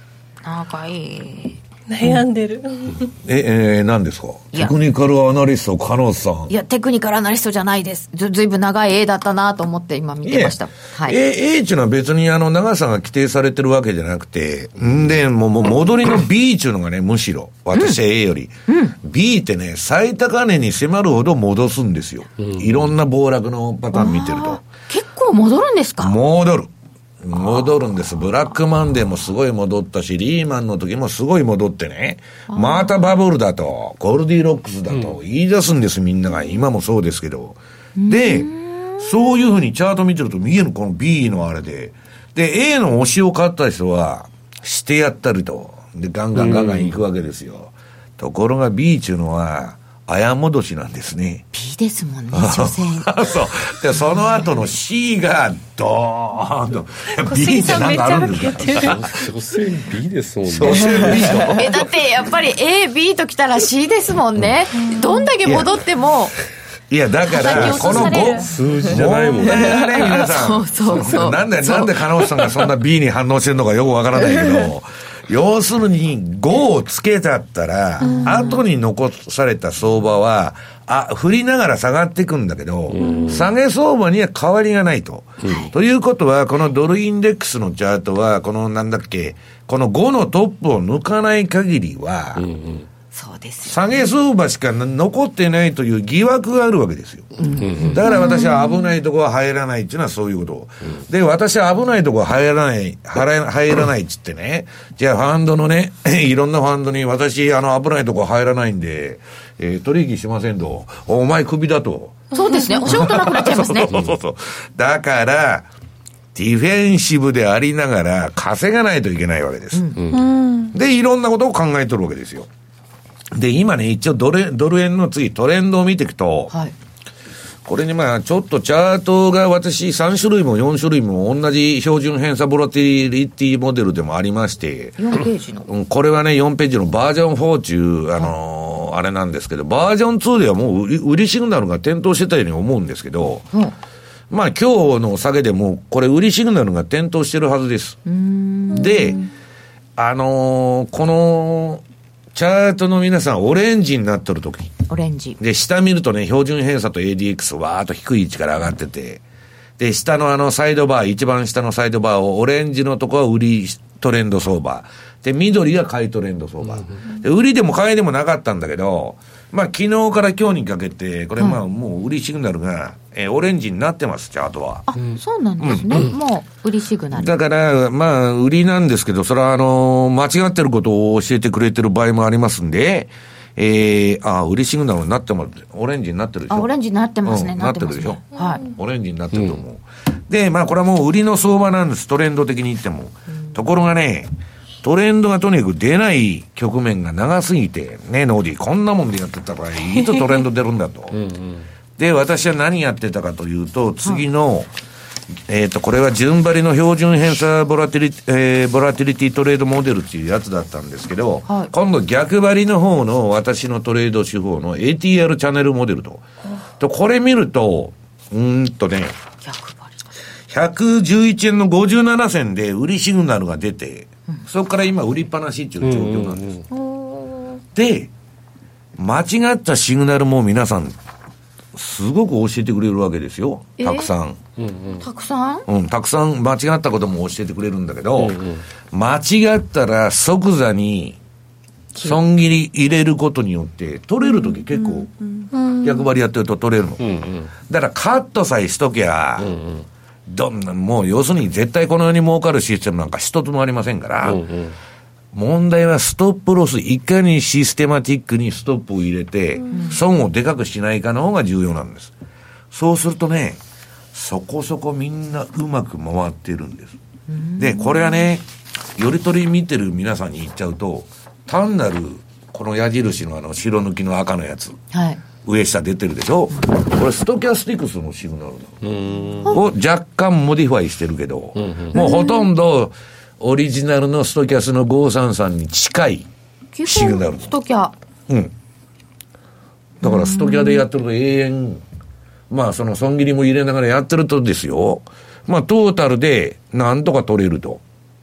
S1: 長い
S4: 悩んでる、うん、
S2: え、えー、何ですか？テクニカルアナリスト加納さん。
S1: いやテクニカルアナリストじゃないです。ず, ずいぶん長い A だったなと思って今見てました。はい、
S2: A, A っていうのは別にあの長さが規定されてるわけじゃなくて、んでもうもう戻りの B っていうのがね、むしろ私は A より、うん、B ってね最高値に迫るほど戻すんですよ、うん、いろんな暴落のパターン見てると。
S1: 結構戻るんですか？
S2: 戻る戻るんです。ブラックマンデーもすごい戻ったし、リーマンの時もすごい戻ってね、またバブルだとゴールディロックスだと言い出すんです、みんなが。今もそうですけど。でそういうふうにチャート見てると見える、この B のあれでで A の推しを買った人はしてやったりとでガンガンガンガン行くわけですよ。ところが B っていうのは綾戻しなんですね。
S1: B ですもんね、所詮
S2: そうでその後の C がドーンと B って何かあるんですか？
S3: 所詮 B ですもんね。
S2: 所詮 B
S1: えだってやっぱり A、B ときたら C ですもんね、うん、どんだけ戻っても
S2: いやだからこのご
S3: 数字じゃないもんね。
S2: 皆さん
S1: そうそうそう
S2: なんでなんで金内さんがそんな B に反応してるのかよくわからないけど要するにごをつけちゃったら、うん、後に残された相場はあ振りながら下がっていくんだけど、うん、下げ相場には変わりがないと、うん、ということはこのドルインデックスのチャートはこのなんだっけこのごのトップを抜かない限りは、うんうん、
S1: そうです
S2: 下げ相場しか残ってないという疑惑があるわけですよ、うん、だから私は危ないところは入らないっていうのはそういうこと、うん、で私は危ないところは入らない入らないっつってねじゃあファンドのねいろんなファンドに私あの危ないところ入らないんで、えー、取引しませんとお前クビだと。
S1: そうですね、お仕事なくなっちゃいますね
S2: そうそうそうだからディフェンシブでありながら稼がないといけないわけです、うんうん、でいろんなことを考えとるわけですよ。で今ね一応ドル、ドル円の次トレンドを見ていくと、はい、これにまあちょっとチャートが私さん種類もよん種類も同じ標準偏差ボラティリティモデルでもありまして
S1: よんページの、
S2: うん、これはねよんページのバージョンフォー中あのー、あれなんですけどバージョンツーではもう売り、売りシグナルが点灯してたように思うんですけど、うん、まあ今日の下げでもこれ売りシグナルが点灯してるはずです。うーんであのー、このチャートの皆さんオレンジになってる時
S1: オレンジ
S2: で下見るとね標準偏差と エーディーエックス わーっと低い位置から上がっててで下のあのサイドバー一番下のサイドバーをオレンジのとこは売りトレンド相場で緑が買いトレンド相場、うん、で売りでも買いでもなかったんだけどまあ昨日から今日にかけてこれまあもう売りシグナルが、えー、オレンジになってますチャートは。
S1: あ、そうなんですね、うん、もう売りシグナル
S2: だからまあ売りなんですけどそれはあのー、間違ってることを教えてくれてる場合もありますんでえー、あ売りシグナルになってもオレンジになってるでしょ。
S1: あオレンジになってますね、
S2: うん、なってるでしょ、
S1: はい、
S2: オレンジになってると思う、うん、でまあこれはもう売りの相場なんですトレンド的に言っても、うん、ところがねトレンドがとにかく出ない局面が長すぎてねノーディこんなもんでやってたらいつトレンド出るんだとうん、うん、で私は何やってたかというと次の、はいえっとこれは順張りの標準偏差ボラティリ、えー、ボラティリティトレードモデルっていうやつだったんですけど、はい、今度逆張りの方の私のトレード手法の エーティーアール チャンネルモデルと、とこれ見るとうーんとね
S1: 逆張り
S2: ひゃくじゅういちえんのごじゅうななせんで売りシグナルが出て、うん、そこから今売りっぱなしっていう状況なんです、うんうんうん、で間違ったシグナルも皆さんす即教えてくれるわけですよたくさん、
S1: うんうん、たくさん
S2: うんたくさん間違ったことも教えてくれるんだけど、うんうん、間違ったら即座に損切り入れることによって取れるとき結構逆張りやってると取れるの、うんうん、だからカットさえしときゃ、うんうん、どんなもう要するに絶対この世に儲かるシステムなんか一つもありませんから、うんうん問題はストップロスいかにシステマティックにストップを入れて損をでかくしないかの方が重要なんです。そうするとねそこそこみんなうまく回ってるんです。でこれはねより取り見てる皆さんに言っちゃうと単なるこの矢印のあの白抜きの赤のやつ、はい、上下出てるでしょこれストキャスティクスのシグナルなのを若干モディファイしてるけどもうほとんどオリジナルのストキャスのごひゃくさんじゅうさんに近いシグナル。
S1: ストキャ。
S2: うん。だからストキャでやってると永遠、まあその損切りも入れながらやってるとですよ。まあトータルでなんとか取れると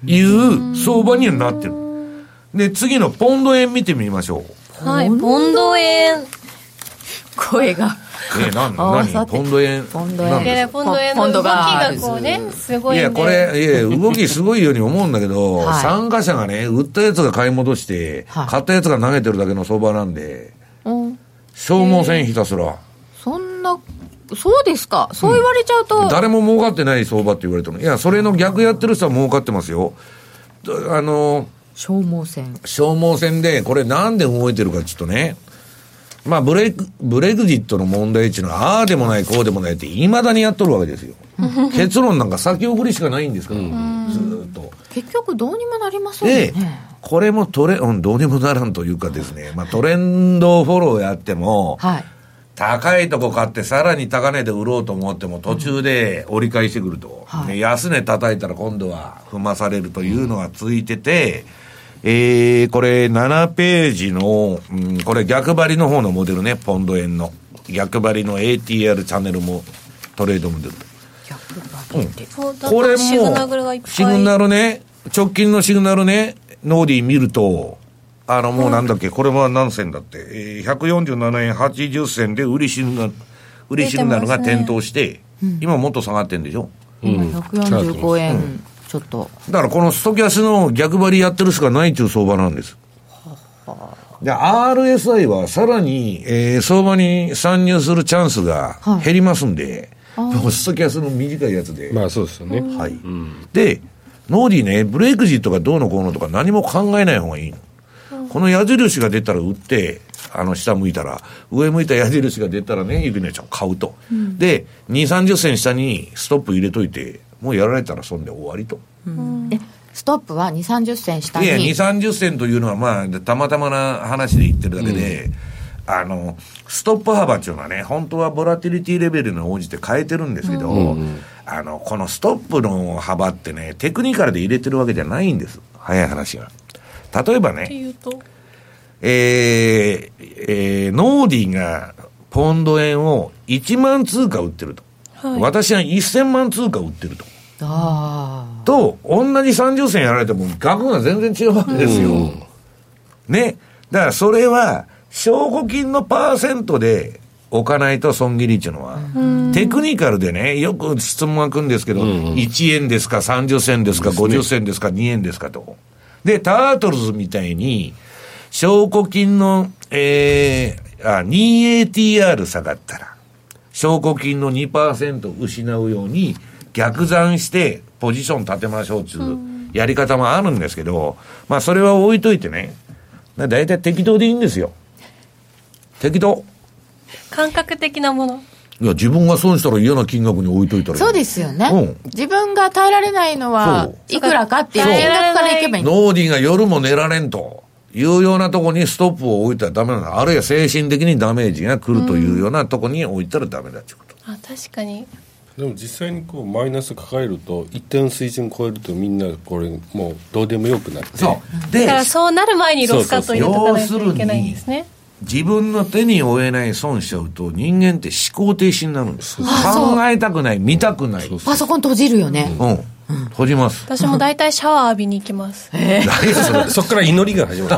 S2: いう相場にはなってる。で、次のポンド円見てみましょ
S4: う。はい、ポンド円。
S1: 声が。
S2: えー、なん何ポンド円。
S1: ポンド円。
S4: いやポンド円の動きがこうね、すごいんで。
S2: いや、これ、いや、動きすごいように思うんだけど、はい、参加者がね、売ったやつが買い戻して、はい、買ったやつが投げてるだけの相場なんで、うん、消耗戦ひたすら。
S1: そんな、そうですか。そう言われちゃうと、
S2: うん、誰も儲かってない相場って言われてるの。いや、それの逆やってる人は儲かってますよ。あの、
S1: 消耗戦。
S2: 消耗戦で、これなんで動いてるかちょっとね、まあ、ブレク、ブレグジットの問題っていうのは、ああでもない、こうでもないって、未だにやっとるわけですよ。結論なんか先送りしかないんですから、うん、ずーっと。
S1: 結局、どうにもなりませんよね。
S2: で、これもトレ、うん、どうにもならんというかですね、まあ、トレンドフォローやっても、はい、高いとこ買って、さらに高値で売ろうと思っても、途中で折り返してくると。うん、で安値叩いたら今度は踏まされるというのがついてて、えー、これななページの、うん、これ逆張りの方のモデルね、ポンド円の。逆張りの エーティーアール チャンネルもトレードモデル。
S1: 逆張りって、
S2: うん、これも、シグナルがいっぱい。シグナルね、直近のシグナルね、ノーディー見ると、あのもうなんだっけ、うん、これは何銭だって、えー、ひゃくよんじゅうななえんはちじゅっせんで売りシグナル、売りシグナルが点灯して、ね、今もっと下がってんでしょ。
S1: うん、ひゃくよんじゅうごえん。うんちょっと
S2: だからこのストキャスの逆張りやってるしかないっていう相場なんです。で アールエスアイ はさらに、えー、相場に参入するチャンスが減りますんで、はい、ストキャスの短いやつで、
S3: まあそうですよね。
S2: はい。うん、でノーディーね、ブレイクジットがどうのこうのとか何も考えない方がいいの。うん、この矢印が出たら売って、あの下向いたら上向いた矢印が出たらね、ゆきねちゃん買うと。うん、でにじゅう、さんじゅっせん下にストップ入れといて。もうやられたらそんで終わりと。
S1: うん、えストップはにじゅう、さんじゅっせん下に。
S2: いや、にじゅう、さんじゅっせんというのはまあたまたまな話で言ってるだけで、うん、あのストップ幅っていうのはね、本当はボラティリティレベルに応じて変えてるんですけど、うん、あのこのストップの幅ってね、テクニカルで入れてるわけじゃないんです。早い話が。例えばね、
S4: っていうと
S2: えーえー、ノーディーがポンド円をいちまん通貨売ってると。はい、私はせんまん通貨売ってると。あと、同じさんじゅっせんやられても額が全然違うわけですよ。うん、ね。だからそれは、証拠金のパーセントで置かないと損切りっていうのは、うん、テクニカルでね、よく質問が来るんですけど、うん、いちえんですか、さんじゅっせんですか、ごじゅっせんですか、にえんですかと。で、タートルズみたいに、証拠金の、えー、あ、にエーティーアール 下がったら、証拠金の にパーセント 失うように逆算してポジション立てましょうっていうやり方もあるんですけど、まあそれは置いといてね、だいたい適当でいいんですよ。適当。
S4: 感覚的なもの。
S2: いや、自分が損したら嫌な金額に置いといたらいい。
S1: そうですよね。うん、自分が耐えられないのはいくらかっていう金額からいけばいい。
S2: ノーディーが夜も寝られんというようなとこにストップを置いたらダメなんだ。あるいは精神的にダメージが来るというようなとこに置いたらダメだっていうこと。
S4: あ、確かに。
S3: でも実際にこうマイナス抱えると一定の水準超えるとみんなこれもうどうでもよくなって。
S2: そう。
S4: で、だからそうなる前にロスカット入れとかないといけないんですね。
S2: 自分の手に負えない損しちゃうと人間って思考停止になるんです。考えたくない、見たくない。
S1: パソコン閉じるよね。
S2: うん。うん、閉じます。
S4: 私も大体シャワー浴びに行きます。
S3: えー、そ, れそっから祈りが始まる。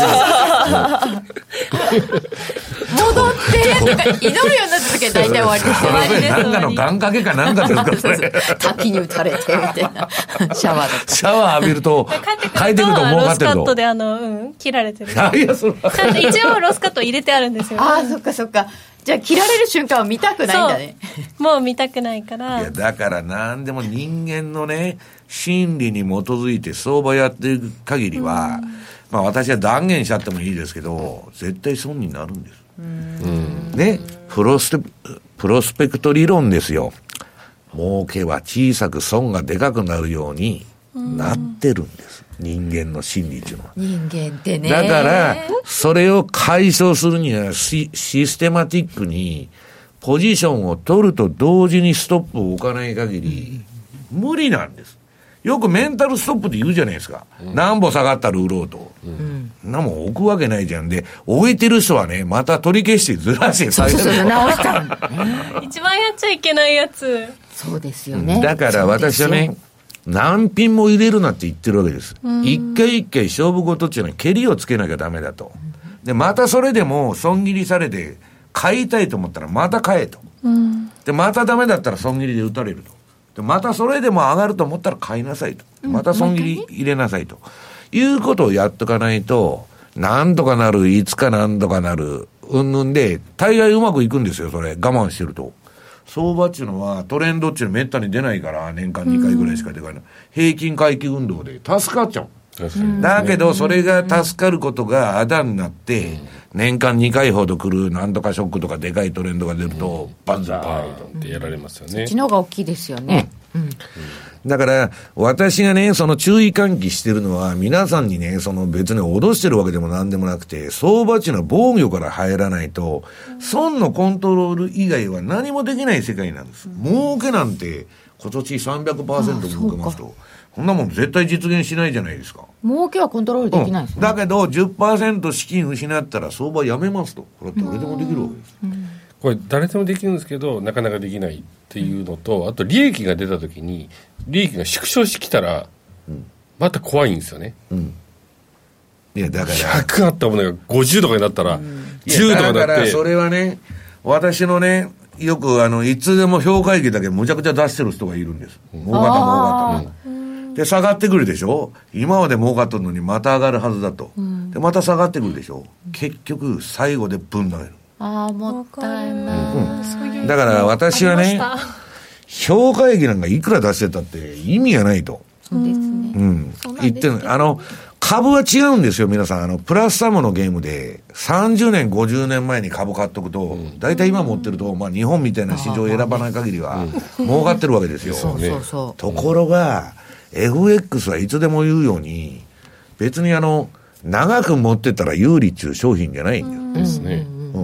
S1: 戻ってとか祈るようになった時は大体終わりですよ。終わりです。
S2: 何かの願掛けか何かですかそれ。
S1: 滝に打たれてみたいなシャワーだった。
S2: シャワー浴びると帰ってくると儲かってると。ロスカ
S4: ットであのうん切られてる。
S2: いやそれは。
S4: ちゃんと一応ロスカット入れてあるんですよ。
S1: ああそっかそっか。じゃあ切られる瞬間は見たくないんだね。
S4: もう見たくないから。
S2: いやだから何でも人間のね心理に基づいて相場やっていく限りは、うん、まあ私は断言しちゃってもいいですけど絶対損になるんです。うん、ねプロスペプロスペクト理論ですよ。儲けは小さく損がでかくなるようになってるんです。うん、人間の心理っていうのは。
S1: 人間ってね。
S2: だからそれを解消するにはシ、システマティックにポジションを取ると同時にストップを置かない限り無理なんです。よくメンタルストップって言うじゃないですか。うん、何歩下がったら売ろうと。うん、なもん置くわけないじゃんで、置いてる人はね、また取り消してずらして
S1: 最初に直した
S4: 一番やっちゃいけないやつ。
S1: そうですよね。
S2: だから私はね、 何品も入れるなって言ってるわけです。一回一回勝負事っていうのは蹴りをつけなきゃダメだと。で、またそれでも損切りされて買いたいと思ったらまた買えと。で、またダメだったら損切りで打たれると。で、またそれでも上がると思ったら買いなさいと。また損切り入れなさいと。いうことをやっとかないと、なんとかなる、いつかなんとかなる、うんぬんで、大概うまくいくんですよ、それ。我慢してると。相場っていうのはトレンドっていうのはめったに出ないから年間にかいぐらいしか出ない、うん、平均回帰運動で助かっちゃう、うん、だけどそれが助かることがあだになって、うん、年間にかいほど来るなんとかショックとかでかいトレンドが出ると、うん、バンザー
S3: ってやられますよね。
S1: そっちの方が大きいですよね、うんうん、
S2: だから私がねその注意喚起してるのは皆さんにねその別に脅してるわけでもなんでもなくて相場っていうのは防御から入らないと損のコントロール以外は何もできない世界なんです、うん、儲けなんて今年 さんびゃくパーセント 儲けますとこんなもん絶対実現しないじゃないですか。
S1: 儲けはコントロールできないですね、
S2: うん、だけど じゅっパーセント 資金失ったら相場やめますとこれって誰でもできるわけです、うんうん
S3: これ誰でもできるんですけどなかなかできないっていうのとあと利益が出た時に利益が縮小してきたらまた怖いんですよね、うん、
S2: いやだから
S3: ひゃくあったものがごじゅうとかになったらじゅうとかになって
S2: だからそれはね私のねよくあのいつでも評価益だけむちゃくちゃ出してる人がいるんです、うん、儲かった儲かった、うん、で下がってくるでしょ今まで儲かったのにまた上がるはずだと、うん、でまた下がってくるでしょ結局最後でぶん投げる。
S1: ああもったいない、
S2: うん、だから私はね評価益なんかいくら出してたって意味がないと。
S1: そうですね、
S2: うん、言ってるあの株は違うんですよ皆さんあのプラスサムのゲームでさんじゅうねんごじゅうねんまえに株買っとくと、うん、大体今持ってると、まあ、日本みたいな市場を選ばない限りは儲かってるわけですよ、
S1: そうそうそう
S2: ところが エフエックス はいつでも言うように別にあの長く持ってたら有利っていう商品じゃないんだよ
S3: ですね、
S2: うん、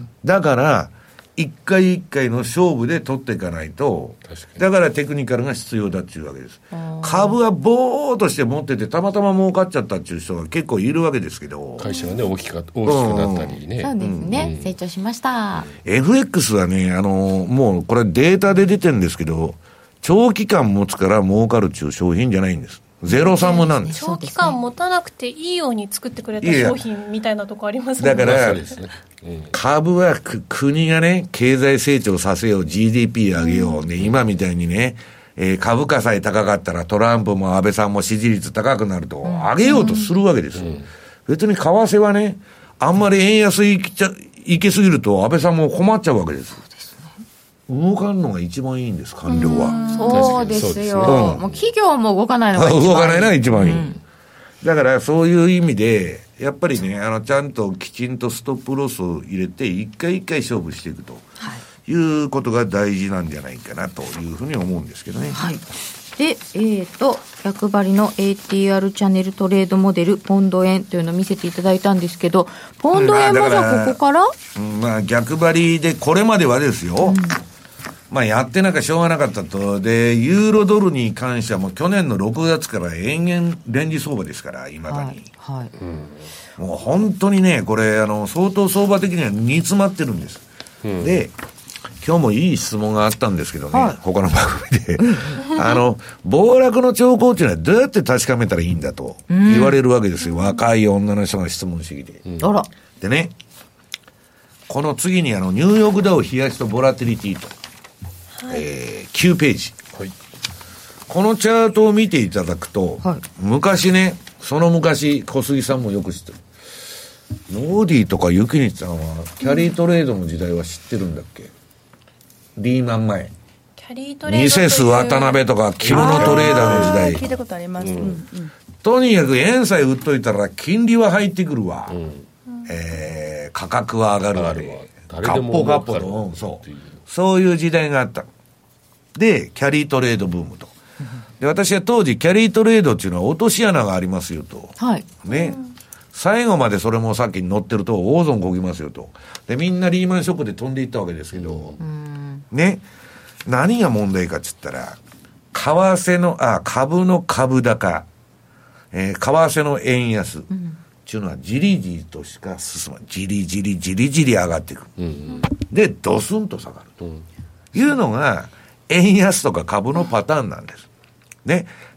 S2: だから一回一回の勝負で取っていかないとだからテクニカルが必要だっていうわけです。株はボーっとして持っててたまたま儲かっちゃったっていう人が結構いるわけですけど
S3: 会社がね大きか大きくなったりね、
S1: うん、そうですね、うん、成長しました。
S2: エフエックス はねあのもうこれデータで出てるんですけど長期間持つから儲かるっていう商品じゃないんです。ゼロサムなんです。
S4: 長期間持たなくていいように作ってくれた商品みたいなとこありますもんね。
S2: だから株は国がね経済成長させよう ジーディーピー 上げよう、うん、ね今みたいにね、えー、株価さえ高かったらトランプも安倍さんも支持率高くなると上げようとするわけですよ、うん、別に為替はねあんまり円安いきちゃいけすぎると安倍さんも困っちゃうわけです。動かんのが一番いいんです官僚は。
S1: そうですよ、うん、もう企業も動かないのが一番いい。
S2: 動かないのが一番いい、うん、だからそういう意味でやっぱりねあのちゃんときちんとストップロスを入れて一回一回勝負していくと、はい、いうことが大事なんじゃないかなというふうに思うんですけどね。
S1: はい。で、えーと逆張りの エーティーアール チャンネルトレードモデルポンド円というのを見せていただいたんですけどポンド円もじゃあここから、
S2: うんまあ、逆張りでこれまではですよ、うんまあ、やってなんかしょうがなかったと。で、ユーロドルに関してはもう去年のろくがつから延々レンジ相場ですから、いまだに。はい。はいうん、もう本当にね、これ、あの、相当相場的には煮詰まってるんです。うん、で、今日もいい質問があったんですけどね、はい、他の番組で。あの、暴落の兆候っていうのはどうやって確かめたらいいんだと言われるわけですよ。うん、若い女の人が質問してきて。うん、あら。でね、この次にあの、ニューヨークダウ冷やしとボラティリティと。えー、きゅうページ、はい、このチャートを見ていただくと、はい、昔ねその昔小杉さんもよく知ってるノーディーとかユキニチさんはキャリートレードの時代は知ってるんだっけ、うん、リーマン前
S4: キャリートレード
S2: ミセス渡辺とかキムノトレーダーの時代
S5: 聞いたことあります、うんうん、
S2: とにかく円さえ売っといたら金利は入ってくるわ、うんえー、価格は上がるわでガッポガッポとそうそういう時代があった。で、キャリートレードブームと。で、私は当時、キャリートレードっていうのは落とし穴がありますよと。はい。ね。最後までそれもさっきに乗ってると、大損こぎますよと。で、みんなリーマンショックで飛んでいったわけですけど、ね。何が問題かって言ったら、為替の、あ、株の株高、えー、為替の円安。うんっていうのはじりじりとしか進まない。じりじりじりじり上がっていく、うんうん、でドスンと下がるというのが円安とか株のパターンなんですね。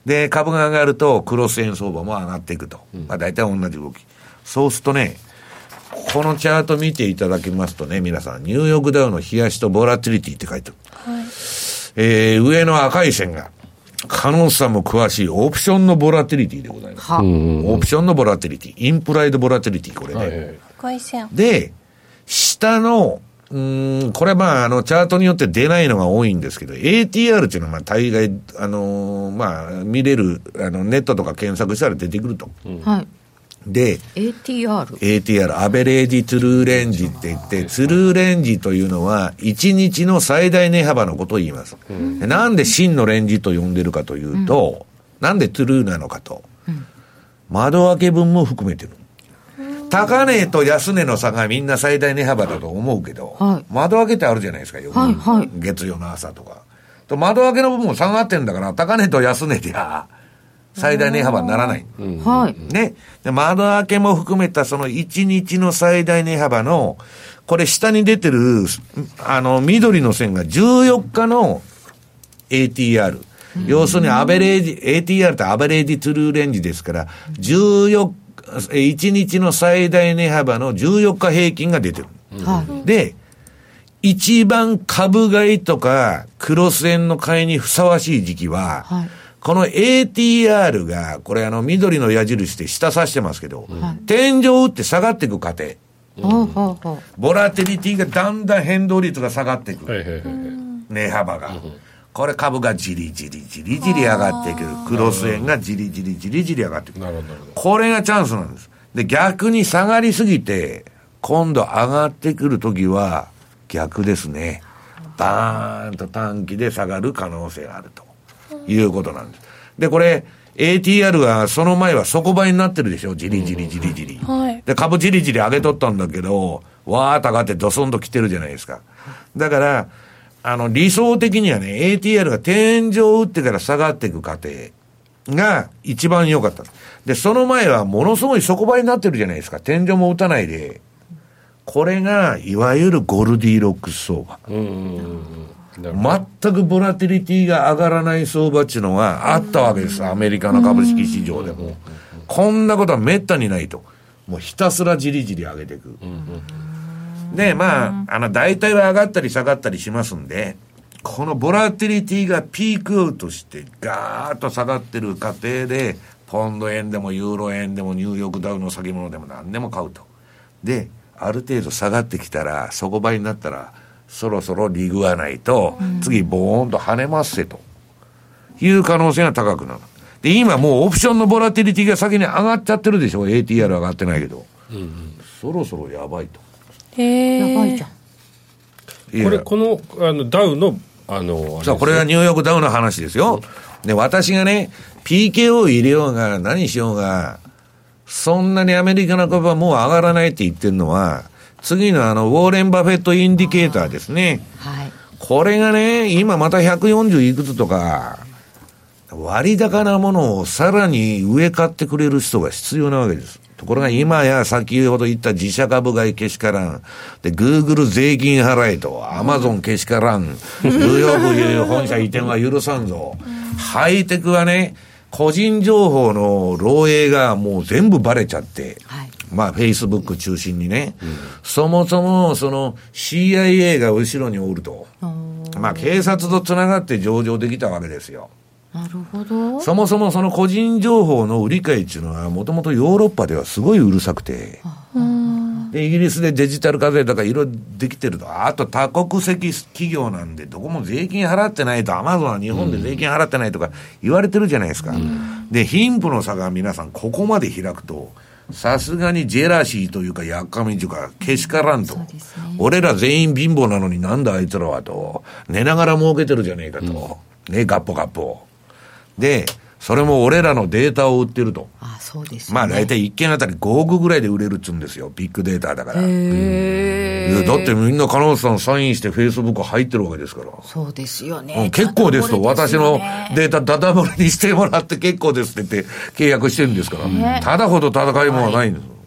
S2: で、株が上がるとクロス円相場も上がっていくと。うん、まあ大体同じ動き。そうするとね、このチャート見ていただきますとね、皆さん、ニューヨークダウの冷やしとボラティリティって書いてある。はい、えー、上の赤い線が、カノンさんも詳しいオプションのボラティリティでございます。はオプションのボラティリティ。インプライドボラティリティ、これね。はいはい、
S4: 赤い線。
S2: で、下の、うーん、これはまあ、あの、チャートによって出ないのが多いんですけど、エーティーアール っていうのはまあ、大概、あのー、まあ、見れる、あの、ネットとか検索したら出てくると。うん、はい。で、
S1: エーティーアール?
S2: エーティーアール、アベレージトゥルーレンジって言って、トゥルーレンジというのは、いちにちの最大値幅のことを言います。うん、なんで真のレンジと呼んでるかというと、うん、なんでトゥルーなのかと、うん、窓開け分も含めてる。高値と安値の差がみんな最大値幅だと思うけど、はい、窓開けってあるじゃないですか、よく、はいはい、月曜の朝とか。と窓開けの部分も下がってんだから、高値と安値では、最大値幅にならない。はい。ね。で、窓開けも含めたそのいちにちの最大値幅の、これ下に出てる、あの、緑の線がじゅうよっかの エーティーアール。要するにアベレージ、エーティーアール ってアベレージトゥルーレンジですから、じゅうよっか、いちにちの最大値幅のじゅうよっか平均が出てる。はい。で、一番株買いとか、クロス円の買いにふさわしい時期は、はい、この エーティーアール が、これあの緑の矢印で下指してますけど、うん、天井を打って下がっていく過程、うん、ボラティリティがだんだん変動率が下がっていく、はいはいはい、値幅が、うん、これ株がじりじりじりじり上がっていく、クロス円がじりじりじりじり上がっていく、これがチャンスなんです。で、逆に下がりすぎて今度上がってくるときは逆ですね。バーンと短期で下がる可能性があるということなんです。で、これ、エーティーアール がその前は底倍になってるでしょ、じりじりじりじり。はい、で、株じりじり上げとったんだけど、わーっと上がってドソンと来てるじゃないですか。だから、あの、理想的にはね、エーティーアール が天井を打ってから下がっていく過程が一番良かった。で、その前はものすごい底倍になってるじゃないですか。天井も打たないで。これが、いわゆるゴルディロックス相場。うんうんうん、全くボラティリティが上がらない相場っていうのがあったわけです。アメリカの株式市場でも。こんなことは滅多にないと。もうひたすらじりじり上げていく。で、まあ、あの、大体は上がったり下がったりしますんで、このボラティリティがピークアウトしてガーッと下がってる過程で、ポンド円でもユーロ円でもニューヨークダウの先物でも何でも買うと。で、ある程度下がってきたら、底倍になったら、そろそろ利食わないと、次ボーンと跳ねますせという可能性が高くなる。で、今もうオプションのボラティリティが先に上がっちゃってるでしょ。エーティーアール 上がってないけど、うんうん、そろそろやばいと。
S1: へー、やばいじゃ
S3: ん。これこのあのダウのあの
S2: そう、これがニューヨークダウの話ですよ。で、私がね ピーケーオー 入れようが何しようが、そんなにアメリカの株はもう上がらないって言ってるのは、次のあのウォーレン・バフェットインディケーターですね。はい。これがね、今またひゃくよんじゅういくつとか割高なものをさらに上買ってくれる人が必要なわけです。ところが今や先ほど言った自社株買いけしからん。で、グーグル税金払えと、アマゾンけしからん。ニューヨーク本社移転は許さんぞ。ハイテクはね、個人情報の漏洩がもう全部バレちゃって、はい、まあフェイスブック中心にね、うん、そもそもその シーアイエー が後ろにおると、まあ警察とつながって上場できたわけですよ。
S1: なるほど。
S2: そもそもその個人情報の売り買いっていうのはもともとヨーロッパではすごいうるさくて、でイギリスでデジタル課税とかいろいろできてると、あと多国籍企業なんでどこも税金払ってないと、アマゾンは日本で税金払ってないとか言われてるじゃないですか、うん、で貧富の差が皆さんここまで開くと、さすがにジェラシーというかやっかみというかけしからんと、ね、俺ら全員貧乏なのになんだあいつらはと、寝ながら儲けてるじゃねえかと、うん、ね、ガッポガッポで、それも俺らのデータを売ってると。
S1: あ、そうですね。
S2: まあ大体いっけんあたりごおくぐらいで売れるっつうんですよ。ビッグデータだから。へー。だってみんな金本さんサインしてフェイスブック入ってるわけですから。
S1: そうですよね。
S2: うん、結構ですと、私のデータダダ漏れにしてもらって結構ですって言って契約してるんですから。ただほど戦いもはないんです。はい、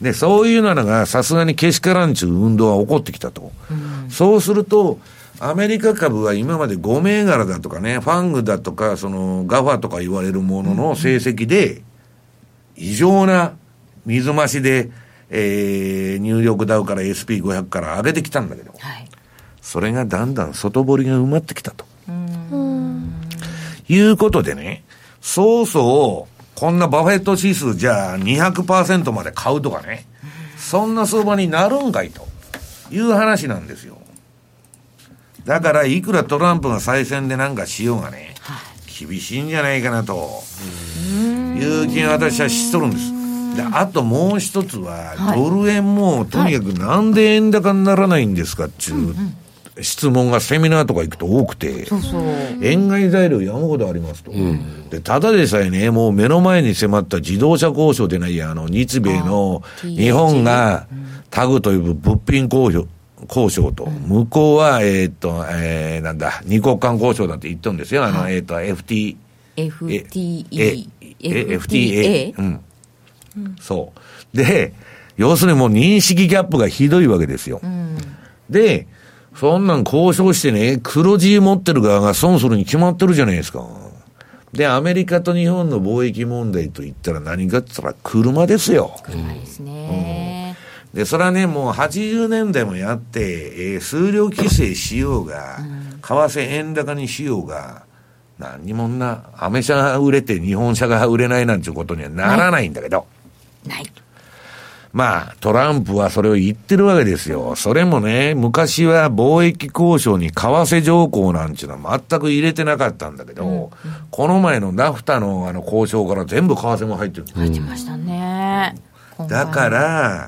S2: で、そういうのがさすがにけしからんちゅう運動は起こってきたと。うん、そうすると、 アメリカ株は今までご銘柄だとかね、ファングだとか、そのガファとか言われるものの成績で、異常な水増しで、えー、ニューヨークダウから エスピーごひゃく から上げてきたんだけど、はい、それがだんだん外堀が埋まってきたと。うーんいうことでね、そうそうこんなバフェット指数じゃあ にひゃくパーセント まで買うとかね、そんな相場になるんかいという話なんですよ。だからいくらトランプが再選でなんかしようがね、厳しいんじゃないかなという気が私はしとるんです。で、あともう一つは、はい、ドル円もとにかくなんで円高にならないんですかっていう質問がセミナーとか行くと多くて、そうそう円買い材料山ほどありますと、うん、でただでさえね、もう目の前に迫った自動車交渉でないや、あの日米の日本がタグという物品交渉交渉と、うん、向こうは、えー、っと、えー、なんだ、二国間交渉だって言ってるんですよ。あの、はい、えー、っと、エフティー、エフティーエー、エフティーエー、うん。うん、そう。で、要するにもう認識ギャップがひどいわけですよ。うん、で、そんなん交渉してね、黒字持ってる側が損するに決まってるじゃないですか。で、アメリカと日本の貿易問題と言ったら何かって言ったら車ですよ。
S1: 車ですね。うん
S2: で、それはね、もうはちじゅうねんだいもやって、えー、数量規制しようが、うん、為替円高にしようが、何にもな、アメ車が売れて日本車が売れないなんていうことにはならないんだけど。
S1: ない。
S2: まあ、トランプはそれを言ってるわけですよ。それもね、昔は貿易交渉に為替条項なんていうのは全く入れてなかったんだけど、うんうん、この前のナフタのあの交渉から全部為替も入ってる。
S1: 入ってましたね。
S2: だから、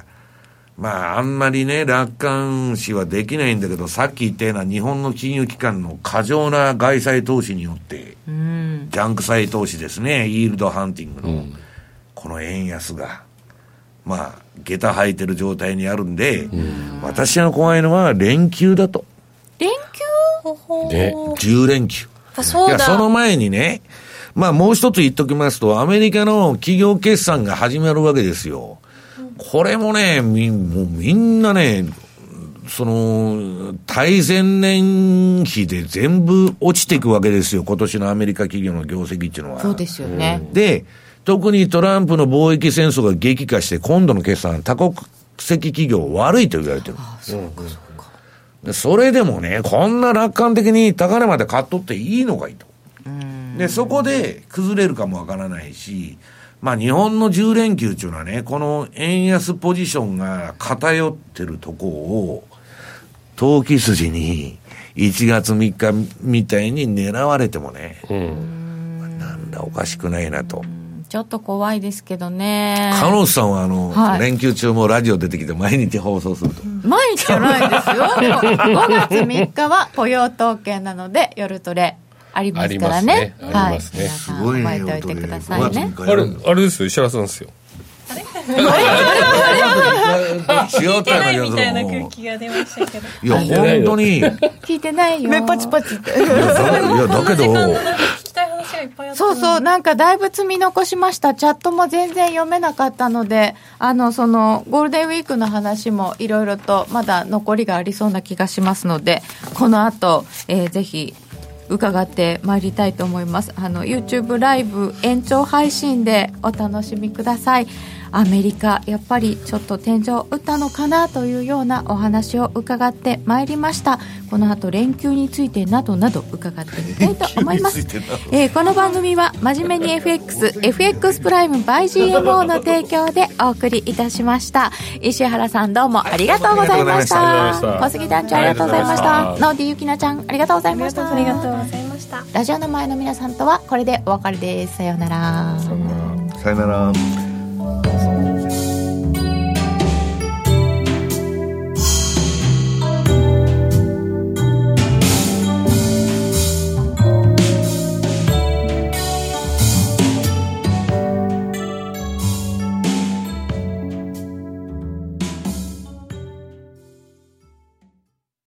S2: まあ、あんまりね、楽観視はできないんだけど、さっき言ったような日本の金融機関の過剰な外債投資によって、うん、ジャンク債投資ですね、イールドハンティングの、うん、この円安が、まあ、下駄履いてる状態にあるんで、うん、私が怖いのは連休だと。
S1: 連休
S2: で、じゅう連休。
S1: あ、そうだ。
S2: いや、その前にね、まあ、もう一つ言っときますと、アメリカの企業決算が始まるわけですよ。これもね、み、もうみんなね、その、対前年比で全部落ちていくわけですよ。今年のアメリカ企業の業績っていうのは。
S1: そうですよね。
S2: で、特にトランプの貿易戦争が激化して、今度の決算、多国籍企業悪いと言われてる。ああ、そうか、そうか。で、それでもね、こんな楽観的に高値まで買っとっていいのかいと。うんで、そこで崩れるかもわからないし、まあ日本のじゅう連休っていうのはね、この円安ポジションが偏ってるとこを、投機筋にいちがつみっかみたいに狙われてもね、うん、なんだおかしくないなと。
S1: ちょっと怖いですけどね。
S2: カノスさんはあの、はい、連休中もラジオ出てきて毎日放送すると。
S1: 毎日じゃないですよ。ごがつみっかは雇用統計なので夜トレ。ありますからね。
S3: ありますね。
S1: すごいね。覚えておいてくださいね。
S3: あれ、あれですよ、石原さんですよ。
S4: あれあれ聞いてないみたいな空気が出ましたけど。
S2: いや、本当に。
S1: 聞いてないよ。
S6: 目パチパチって。い
S2: や、だけど。
S1: そうそう、なんかだいぶ積み残しました。チャットも全然読めなかったので、あの、その、ゴールデンウィークの話もいろいろとまだ残りがありそうな気がしますので、この後、えー、ぜひ、伺ってまいりたいと思います。あの YouTube ライブ延長配信でお楽しみください。アメリカやっぱりちょっと天井打ったのかなというようなお話を伺ってまいりました。この後連休についてなどなど伺ってみたいと思います。えー、この番組は真面目に エフエックス エフエックス プライム by ジーエムオー の提供でお送りいたしました。石原さんどうもありがとうございました。小杉団長ありがとうございました。ノーディーゆきなちゃんありがとうございました。
S4: ありがとうございました。
S1: ラジオの前の皆さんとはこれでお別れです。さようなら。
S2: さようなら。